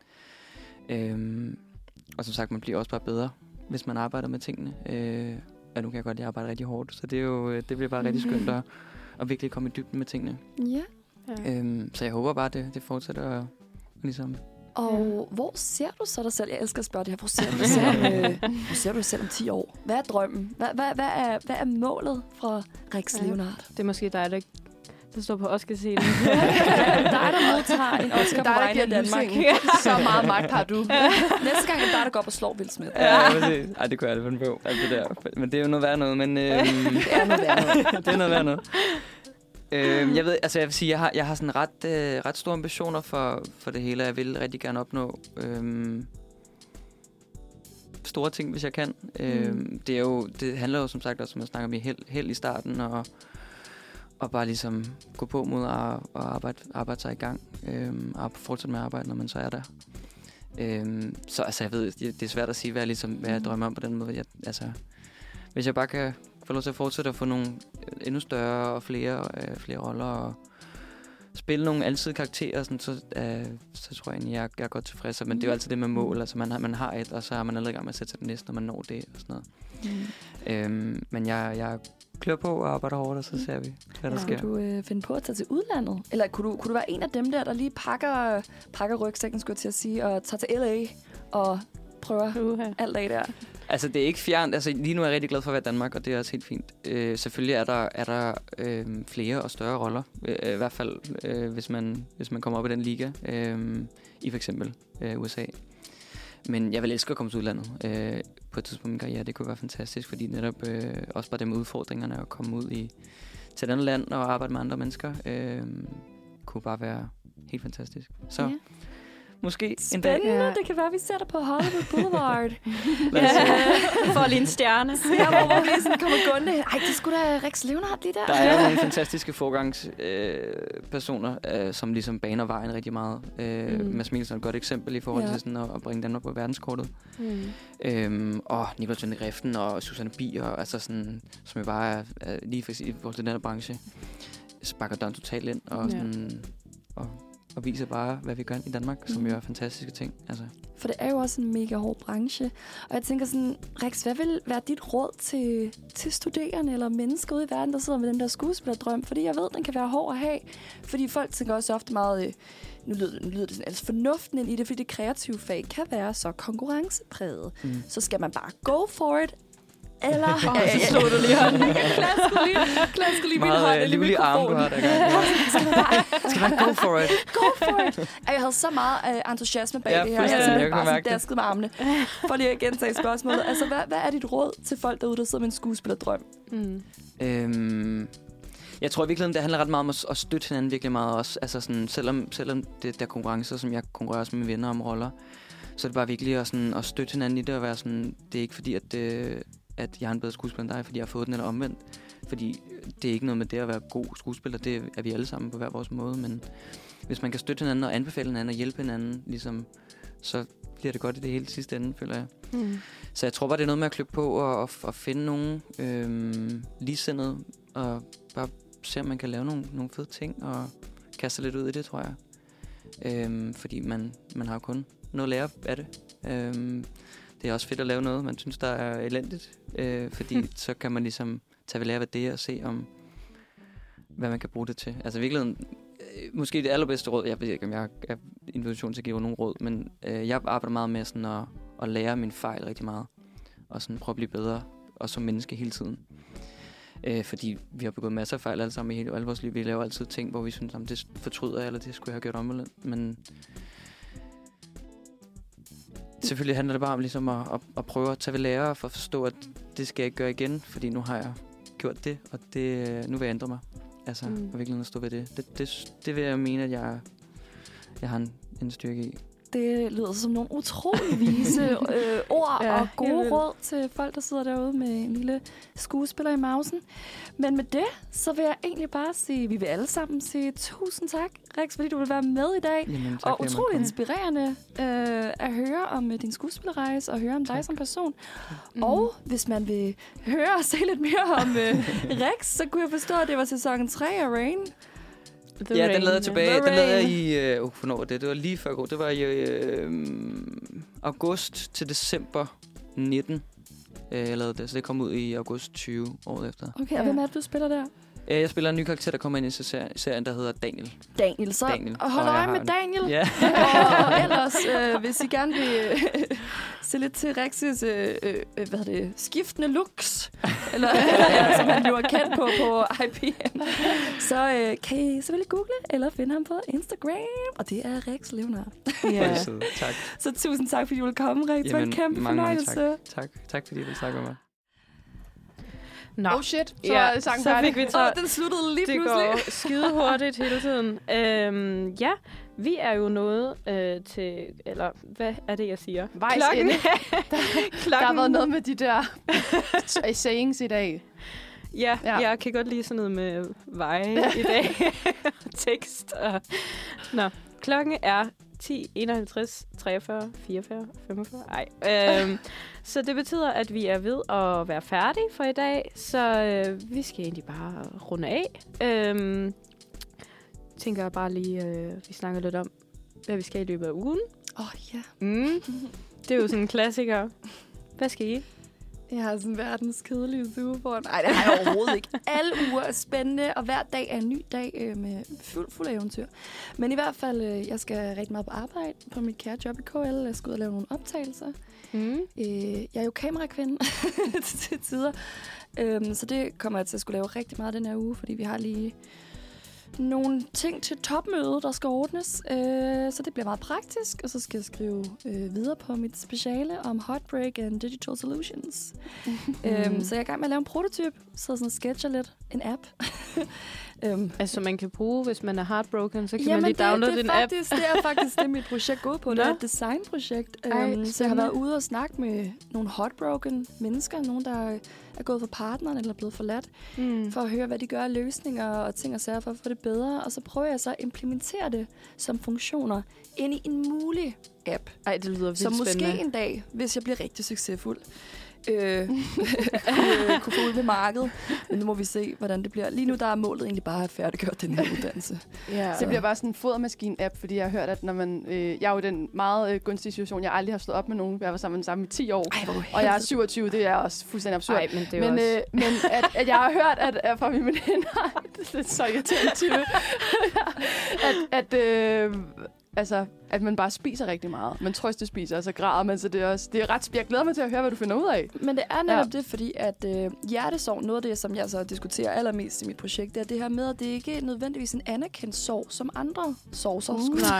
Speaker 4: Og som sagt, man bliver også bare bedre, hvis man arbejder med tingene. Nu kan jeg godt lide at arbejde rigtig hårdt, så det bliver bare rigtig skønt at virkelig komme i dybden med tingene.
Speaker 2: Ja.
Speaker 4: Så jeg håber bare, det fortsætter at ligesom...
Speaker 2: Og hvor ser du så dig selv? Jeg elsker at spørge det her. Hvor ser du dig selv om 10 år? Hvad er drømmen? Hvad er målet fra Rex Leonard?
Speaker 1: Det er måske dig, der står på Oscarscenen.
Speaker 2: Der er der modtager en Oscar på vegne af Danmark.
Speaker 3: Så meget magt har du.
Speaker 2: Næste gang er det dig, der går op og slår Will Smith.
Speaker 4: Ja, præcis. Ej, det kunne jeg aldrig finde på. Alt det der. Men det er jo noget værd noget. Men,
Speaker 2: det er noget værd noget.
Speaker 4: Jeg vil sige, jeg har sådan ret store ambitioner for det hele. Jeg vil rigtig gerne opnå store ting, hvis jeg kan. Det handler jo som sagt også, som jeg snakker om, held i starten, og bare ligesom gå på mod at arbejde sig i gang, og fortsætte med at arbejde, når man så er der. Så altså, jeg ved, det er svært at sige, hvad jeg drømmer om på den måde. Hvis jeg bare kan få lov til at fortsætte at få nogle endnu større og flere roller og spille nogle alsidige karakterer, sådan, så tror jeg egentlig, jeg er godt tilfreds. Men det er jo altid det med mål. Altså, man har et, og så er man allerede i gang med at sætte sig det næste, når man når det og sådan noget. Men jeg klør på og arbejder hårdt, og så ser vi, hvad der sker.
Speaker 2: Kunne du finde på at tage til udlandet? Eller kunne du være en af dem der lige pakker rygsækken, skulle jeg til at sige, og tager til LA og prøver alt det der?
Speaker 4: Altså, det er ikke fjernt. Altså, lige nu er jeg rigtig glad for at være i Danmark, og det er også helt fint. Selvfølgelig er der flere og større roller. I hvert fald, hvis man kommer op i den liga. I for eksempel USA. Men jeg vil elske at komme til udlandet. På et tidspunkt i min karriere, det kunne være fantastisk, fordi netop også bare det med udfordringerne at komme ud til et andet land og arbejde med andre mennesker, kunne bare være helt fantastisk. Så... Yeah. Måske
Speaker 2: spændende.
Speaker 4: En dag.
Speaker 2: Det kan være, vi ser dig på Hollywood Boulevard.
Speaker 1: For lige en stjerne.
Speaker 2: Ja, hvor vi sådan kommer gående. Ej, det skulle da Rex Leonard lige der.
Speaker 4: Der er jo nogle fantastiske forgangspersoner, som ligesom baner vejen rigtig meget. Mads Mikkelsen er et godt eksempel i forhold til sådan at bringe Danmark på verdenskortet. Og Nicolai Winding Refn og Susanne Bier, altså sådan, som jo bare er lige for i forhold til den her branche, sparker døren totalt ind og sådan... Og viser bare, hvad vi gør i Danmark, som jo er fantastiske ting. Altså.
Speaker 2: For det er jo også en mega hård branche. Og jeg tænker sådan, Rex, hvad vil være dit råd til studerende eller mennesker ude i verden, der sidder med den der skuespillerdrøm? Fordi jeg ved, den kan være hård at have. Fordi folk tænker også ofte meget, nu lyder det sådan, altså fornuften ind i det, fordi det kreative fag kan være så konkurrencepræget. Så skal man bare go for it. Eller...
Speaker 1: så slog du lige hånden.
Speaker 2: Jeg klasker lige min hånd i mikrofonen.
Speaker 4: Arm, du har der skal man go for it.
Speaker 2: Go for it. Jeg havde så meget entusiasme bag det her. Jeg havde bare dasket med armene. For lige at gentage spørgsmålet. Altså, hvad er dit råd til folk derude, der sidder med en skuespillerdrøm?
Speaker 4: Jeg tror virkelig, det handler ret meget om at støtte hinanden virkelig meget også. Altså sådan, selvom det der konkurrencer, som jeg konkurrerer også med mine venner om roller, så er det bare virkelig at støtte hinanden i det og være sådan, det er ikke fordi, at jeg er en bedre skuespiller end dig, fordi jeg har fået den, eller omvendt. Fordi det er ikke noget med det at være god skuespiller, det er vi alle sammen på hver vores måde, men hvis man kan støtte hinanden og anbefale hinanden og hjælpe hinanden, ligesom, så bliver det godt i det hele sidste ende, føler jeg. Så jeg tror bare, det er noget med at klippe på og finde nogen ligesindede, og bare se, om man kan lave nogle fede ting, og kaste lidt ud i det, tror jeg. Fordi man har jo kun noget at lære af det. Det er også fedt at lave noget, man synes, der er elendigt. Fordi så kan man ligesom tage ved lære af det og se, hvad man kan bruge det til. Altså i virkeligheden, måske det allerbedste råd, jeg ved ikke, om jeg er invitation til at give nogen råd, men jeg arbejder meget med sådan at lære mine fejl rigtig meget. Og sådan prøve at blive bedre, også som menneske hele tiden. Fordi vi har begået masser af fejl alle sammen i alle vores liv. Vi laver altid ting, hvor vi synes, det fortryder jeg, eller det skulle jeg have gjort om. Men selvfølgelig handler det bare om ligesom at prøve at tage ved lære for at forstå, at det skal jeg ikke gøre igen, fordi nu har jeg gjort det, og nu vil jeg ændre mig. Altså, og virkelig stå ved det. Det vil jeg mene, at jeg jeg har en styrke i.
Speaker 2: Det lyder som nogle utrolig vise ord og gode råd til folk, der sidder derude med en lille skuespiller i mausen. Men med det, så vil jeg egentlig bare sige, vi vil alle sammen sige tusind tak, Rex, fordi du vil være med i dag.
Speaker 4: Jamen, tak,
Speaker 2: og utrolig inspirerende at høre om din skuespillerrejse og høre om dig som person. Og hvis man vil høre og se lidt mere om Rex, så kunne jeg forstå, at det var sæson 3 af Rain.
Speaker 4: Den lavede jeg tilbage. Den lavede jeg i... hvornår var det? Det var lige før går. Det var i august til december 19. Jeg lavede det, så det kom ud i august 20 året efter.
Speaker 2: Okay, og hvem er det, du spiller der?
Speaker 4: Jeg spiller en ny karakter, der kommer ind i serien, der hedder Daniel.
Speaker 2: Daniel, så hold øje med Daniel.
Speaker 4: Ja.
Speaker 2: Og ellers, hvis I gerne vil se lidt til Rex's skiftende looks, eller som han jo er kendt på IPM, så kan I selvfølgelig google eller finde ham på Instagram, og det er Rex Leonard.
Speaker 4: Ja. Tak.
Speaker 2: Så tusind tak, fordi du ville komme, Rex. Det var en kæmpe fornøjelse.
Speaker 4: Tak, fordi du ville snakke med mig.
Speaker 1: Nå.
Speaker 3: Oh shit, så er sangen færdig.
Speaker 2: Den sluttede lige pludselig.
Speaker 1: Det går skide hurtigt hele tiden. Ja, vi er jo nået til... Eller, hvad er det, jeg siger?
Speaker 3: Klokken. Der har været noget med de der sayings i dag.
Speaker 1: Ja, jeg kan godt lide sådan noget med veje i dag. Tekst. Nå, klokken er 10, 51, 43, 44, 45. Ej. Så det betyder, at vi er ved at være færdige for i dag. Så vi skal egentlig bare runde af. Tænker jeg bare lige, vi snakker lidt om, hvad vi skal i løbet af ugen.
Speaker 2: Ja.
Speaker 1: Det er jo sådan en klassiker. Hvad skal I?
Speaker 2: Jeg har sådan verdens kedelige uge foran. Nej, det har jeg overhovedet ikke. Alle uger er spændende, og hver dag er en ny dag med fuld af eventyr. Men i hvert fald, jeg skal rigtig meget på arbejde på mit kære job i KL. Jeg skal ud og lave nogle optagelser. Jeg er jo kamerakvinde til tider. Så det kommer jeg til at skulle lave rigtig meget den her uge, fordi vi har lige nogle ting til topmødet, der skal ordnes. Så det bliver meget praktisk, og så skal jeg skrive videre på mit speciale om Heartbreak and Digital Solutions. Så jeg er i gang med at lave en prototyp, så sådan sketcher lidt en app.
Speaker 1: Altså, man kan bruge, hvis man er heartbroken, så kan man lige downloade en app.
Speaker 2: Det er faktisk det, mit projekt går ud på. Det er et designprojekt. Så jeg har været ude og snakke med nogle heartbroken mennesker, nogen, der er gået for partneren eller blevet forladt, for at høre, hvad de gør af løsninger og ting og sager for at få det bedre. Og så prøver jeg så at implementere det som funktioner ind i en mulig app.
Speaker 1: Ej, det lyder vildt
Speaker 2: spændende. Så måske en dag, hvis jeg bliver rigtig succesfuld, kunne få ud ved markedet. Men nu må vi se, hvordan det bliver. Lige nu der er målet egentlig bare at færdiggøre den her uddannelse.
Speaker 3: Så det bliver bare sådan en fodermaskine-app, fordi jeg har hørt, at når man... jeg er jo i den meget gunstige situation, jeg aldrig har stået op med nogen. Jeg var sammen i 10 år, og jeg er 27. Det er også fuldstændig absurd.
Speaker 1: Ej, men det er også...
Speaker 3: men at jeg har hørt, at fra mine veninder... det er så irriterende type. Altså, at man bare spiser rigtig meget. Man trøstespiser, og så græder man, så det er ret... Jeg glæder mig til at høre, hvad du finder ud af.
Speaker 2: Men det er netop det, fordi at hjertesorg, noget af det, som jeg så diskuterer allermest i mit projekt, er det her med, at det ikke er nødvendigvis en anerkendt sorg, som andre sovser.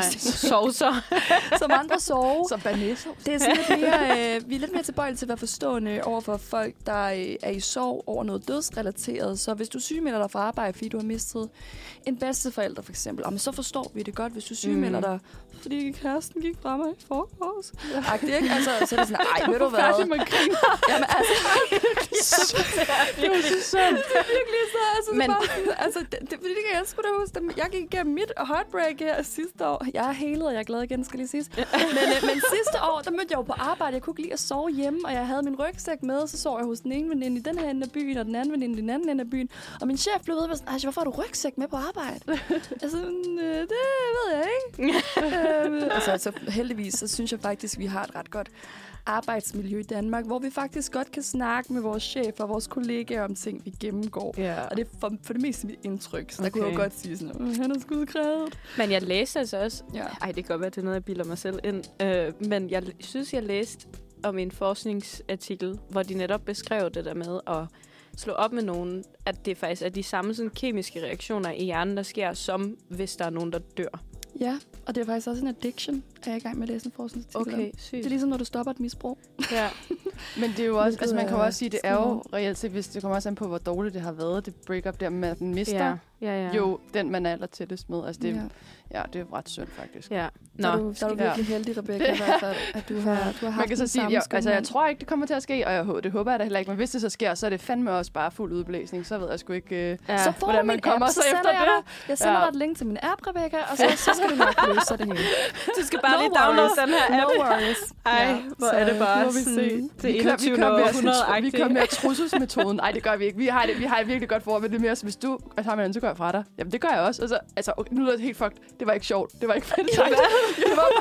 Speaker 2: Som andre sorg.
Speaker 3: Som banæsov.
Speaker 2: Det er sådan lidt mere... vi er lidt mere tilbøjelige til at være forstående over for folk, der er i sorg over noget dødsrelateret. Så hvis du sygemelder dig fra arbejde, fordi du har mistet en bedsteforælder, for eksempel, så forstår vi det godt, hvis du sygemelder dig, fordi kæresten gik fra mig i forgårs. Det er ikke? Altså, så er det sådan, ej, ved du hvad?
Speaker 3: Færdig med grin.
Speaker 2: Jamen, altså...
Speaker 3: det er virkelig sødt.
Speaker 2: Det er virkelig så... Altså, det kan jeg sgu da huske. Jeg gik igennem mit heartbreak her sidste år. Jeg er helet, og jeg er glad igen, skal lige siges. Men sidste år, der mødte jeg jo på arbejde. Jeg kunne ikke lide at sove hjemme, og jeg havde min rygsæk med. Så sov jeg hos den ene veninde i den her ende af byen, og den anden veninde i den anden ende af byen. Og min chef blev ved og sådan, hvorfor har du rygsæk med på arbejde? Altså, det ved jeg ikke. Så heldigvis, så synes jeg faktisk, vi har et ret godt arbejdsmiljø i Danmark, hvor vi faktisk godt kan snakke med vores chef og vores kollegaer om ting, vi gennemgår.
Speaker 1: Yeah.
Speaker 2: Og det er for det meste mit indtryk, så der kunne jeg jo godt sige sådan, han er sgu krævet.
Speaker 1: Men jeg læste altså også... Ja. Ej, det kan godt være, det er noget, jeg bilder mig selv ind. Men jeg synes, jeg læste om en forskningsartikel, hvor de netop beskrev det der med at slå op med nogen, at det faktisk er de samme sådan, kemiske reaktioner i hjernen, der sker, som hvis der er nogen, der dør.
Speaker 2: Ja, og det er faktisk også en addiction, at jeg er i gang med at læse en forskningsartikel.
Speaker 1: Okay, sygt.
Speaker 2: Det er ligesom, når du stopper et misbrug.
Speaker 1: Ja.
Speaker 3: Men det er jo også, man kan jo også sige, det er jo reelt set, hvis det kommer også an på, hvor dårligt det har været, det break-up der med, at den mister jo den, man er allertættest med. Altså, det, det er ret synd, faktisk.
Speaker 1: Ja.
Speaker 2: Der er du virkelig heldig, Rebecca, i hvert fald, at du har haft
Speaker 3: man kan så sige, jeg tror ikke, det kommer til at ske, og det håber jeg da heller ikke. Men hvis det så sker, så er det fandme også bare fuld udblæsning. Så ved jeg sgu ikke,
Speaker 2: så hvordan man kommer så efter det. Jeg sender dig et link til min app, Rebecca, og så skal du nok løse det hele.
Speaker 1: Du skal bare lige downloade den her app.
Speaker 2: No worries.
Speaker 1: Ej, hvor er det bare sådan, det 21. århundrede-agtigt.
Speaker 3: Vi kommer med trusselsmetoden. Nej, det gør vi ikke. Vi har et virkelig godt forhold, men det er mere, hvis du tager med den, så går jeg fra dig. Jamen, det gør jeg også. Altså, okay, nu er det helt fucked. Det var ikke sjovt. Det var ikke fedt. Det var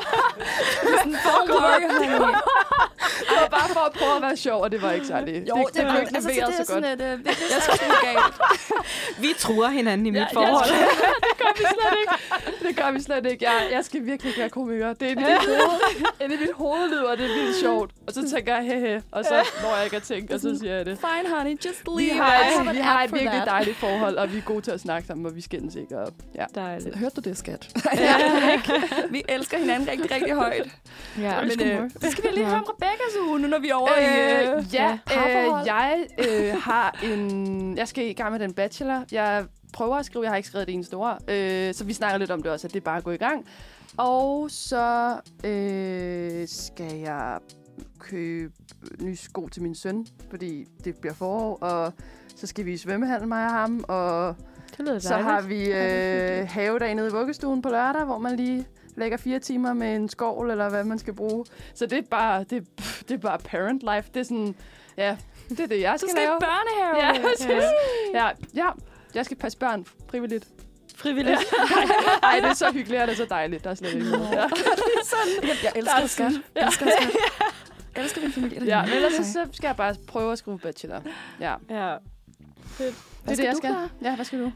Speaker 3: bare for at prøve at være sjov, og det var ikke særlig.
Speaker 2: Jo, det var ikke leveret så godt. Jeg synes, det er galt.
Speaker 1: Vi truer hinanden i mit forhold.
Speaker 3: Det gør vi slet ikke. Jeg skal virkelig ikke være komiker. Det er i mit hoved lyder, det er vildt sjovt. Og så tænker jeg, hehe, og så når jeg ikke at tænke, og så siger jeg det.
Speaker 2: Fine, honey, just leave.
Speaker 3: Vi har et virkelig dejligt forhold, og vi er gode til at snakke sammen, og vi skændes ikke op. Ja.
Speaker 1: Dejligt.
Speaker 2: Hørte du det, skat? Vi elsker hinanden rigtig, rigtig højt.
Speaker 3: Ja,
Speaker 2: men det skal vi lige høre om Rebecca's uge, nu når vi er over i
Speaker 3: jeg skal i gang med den bachelor. Jeg prøver at skrive, jeg har ikke skrevet det eneste ord. Så vi snakker lidt om det også, at det er bare at gå i gang. Og så skal jeg købe nye sko til min søn, fordi det bliver forår, og så skal vi i svømmehallen, mig og ham, og så har vi havedag nede i vuggestuen på lørdag, hvor man lige lægger 4 timer med en skovl, eller hvad man skal bruge. Så det er bare, det er bare parent life. Det er sådan, ja, det er det, jeg skal lave.
Speaker 2: Du skal i børnehave.
Speaker 3: Ja, jeg skal passe børn frivilligt.
Speaker 1: Frivilligt?
Speaker 3: Ej, det er så hyggeligt, og det er så dejligt. Der er slet ikke noget. Ja.
Speaker 2: Jeg elsker skat. Jeg elsker min familie.
Speaker 3: Ja, men ellers så skal jeg bare prøve at skrive bachelor. Ja.
Speaker 1: Fedt.
Speaker 3: Det er det, jeg skal. Ja, hvad skal du?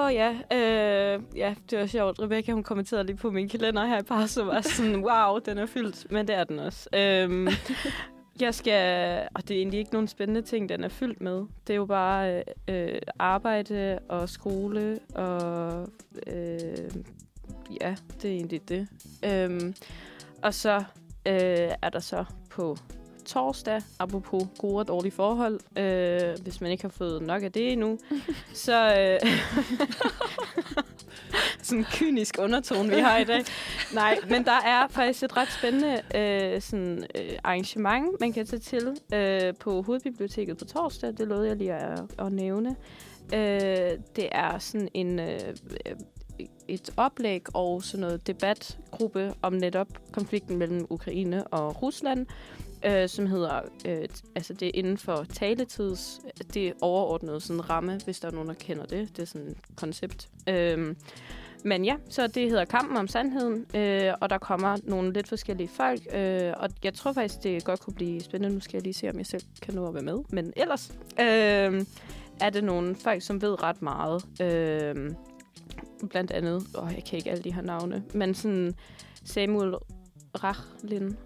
Speaker 1: Det var sjovt. Rebecca, hun kommenterede lige på min kalender her i pause, og var sådan, wow, den er fyldt. Men det er den også. Jeg skal... Og det er egentlig ikke nogen spændende ting, den er fyldt med. Det er jo bare arbejde og skole, og det er egentlig det. Og så er der så på torsdag, apropos gode og dårlige forhold, hvis man ikke har fået nok af det endnu, så sådan en kynisk undertone, vi har i dag. Nej, men der er faktisk et ret spændende arrangement, man kan tage til på Hovedbiblioteket på torsdag. Det lovede jeg lige at nævne. Det er sådan et oplæg og sådan noget debatgruppe om netop konflikten mellem Ukraine og Rusland, som hedder, det er inden for taletids, det er overordnet sådan ramme, hvis der er nogen, der kender det. Det er sådan et koncept. Men ja, så det hedder Kampen om Sandheden, og der kommer nogle lidt forskellige folk, og jeg tror faktisk, det godt kunne blive spændende. Nu skal jeg lige se, om jeg selv kan nå at være med. Men ellers er det nogle folk, som ved ret meget. Blandt andet, jeg kan ikke alle de her navne, men sådan Samuel Rachlin,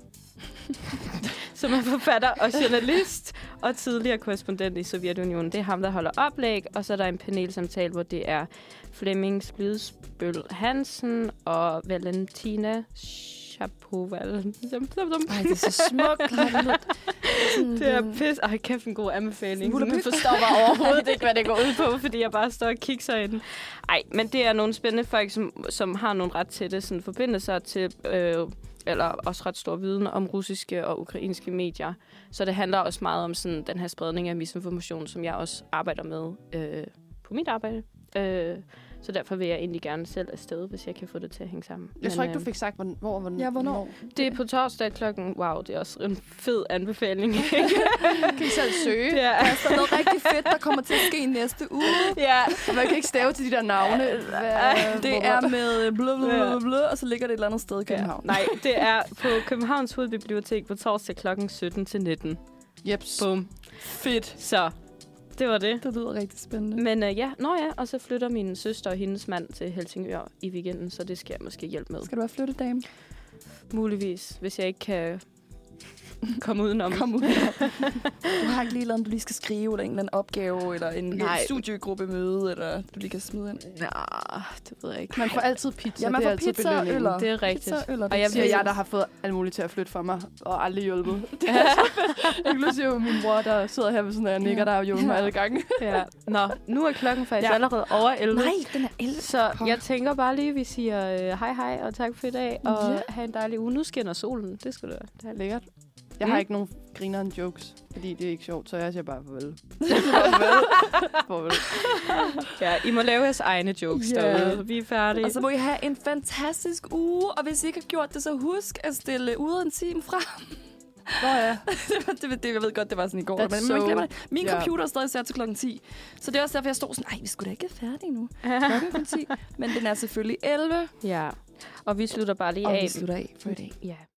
Speaker 1: som er forfatter og journalist og tidligere korrespondent i Sovjetunionen. Det er ham, der holder oplæg, og så er der en panelsamtale, hvor det er Flemming Splidsbøl Hansen og Valentina Shapoval.
Speaker 2: Ej, det er så smukt.
Speaker 1: Det er pis. Ej, kæft en god anbefaling. Nu forstår jeg overhovedet ikke, hvad det går ud på, fordi jeg bare står og kigger ind. Ej, men det er nogle spændende folk, som har nogle ret tætte sådan, forbindelser til... eller også ret stor viden om russiske og ukrainske medier. Så det handler også meget om sådan, den her spredning af misinformation, som jeg også arbejder med på mit arbejde. Så derfor vil jeg egentlig gerne selv afsted, hvis jeg kan få det til at hænge sammen.
Speaker 3: Jeg tror ikke, du fik sagt, hvornår.
Speaker 1: Det er på torsdag klokken... Wow, det er også en fed anbefaling.
Speaker 3: Kan I selv søge?
Speaker 2: Der er noget rigtig fedt, der kommer til at ske næste uge.
Speaker 1: Ja.
Speaker 3: Og man kan ikke stave til de der navne.
Speaker 2: Det er med blablabla, og så ligger det et eller andet sted i København.
Speaker 1: Nej, det er på Københavns Hovedbibliotek på torsdag klokken 17 til 19.
Speaker 3: Jeps.
Speaker 1: Bum.
Speaker 3: Fedt.
Speaker 1: Så... Det var det.
Speaker 2: Det lyder rigtig spændende.
Speaker 1: Men og så flytter min søster og hendes mand til Helsingør i weekenden, så det skal jeg måske hjælpe med.
Speaker 2: Skal du være flyttedame?
Speaker 1: Muligvis, hvis jeg ikke kan Kom udenom.
Speaker 2: Du har ikke lige noget, du lige skal skrive, eller en eller anden opgave, eller en studiegruppemøde, eller du lige kan smide ind?
Speaker 1: Nej, det ved jeg ikke.
Speaker 3: Man får altid pizza.
Speaker 2: Ja, man får pizza og øl.
Speaker 1: Det er rigtigt.
Speaker 3: Og jeg siger, der har fået alt muligt til at flytte for mig, og aldrig hjulpet. Det er inklusive min bror, der sidder her ved sådan, og nikker, der har hjulpet mig alle gange.
Speaker 1: Ja. Nå, nu er klokken faktisk allerede over 11.
Speaker 2: Nej, den er 11.
Speaker 1: Så jeg tænker bare lige, vi siger hej og tak for i dag, og have en dejlig uge. Nu skinner solen. Det skulle det
Speaker 3: er lækkert. Jeg har ikke nogen grineren jokes, fordi det er ikke sjovt, så jeg siger bare farvel. Farvel.
Speaker 1: Ja, I må lave jeres egne jokes derude. Vi er færdige.
Speaker 2: Og så må I have en fantastisk uge, og hvis I ikke har gjort det, så husk at stille ude en time frem.
Speaker 3: Nå ja.
Speaker 2: det, jeg ved godt, det var sådan i går. Men man glemmer det. Min computer er stadig sat til klokken 10. Så det er også derfor, jeg stod sådan, vi skulle da ikke være færdige nu. Klokken 10. Men den er selvfølgelig 11.
Speaker 1: Ja, og vi slutter bare lige af.
Speaker 2: Og vi slutter af for i dag.
Speaker 1: Ja.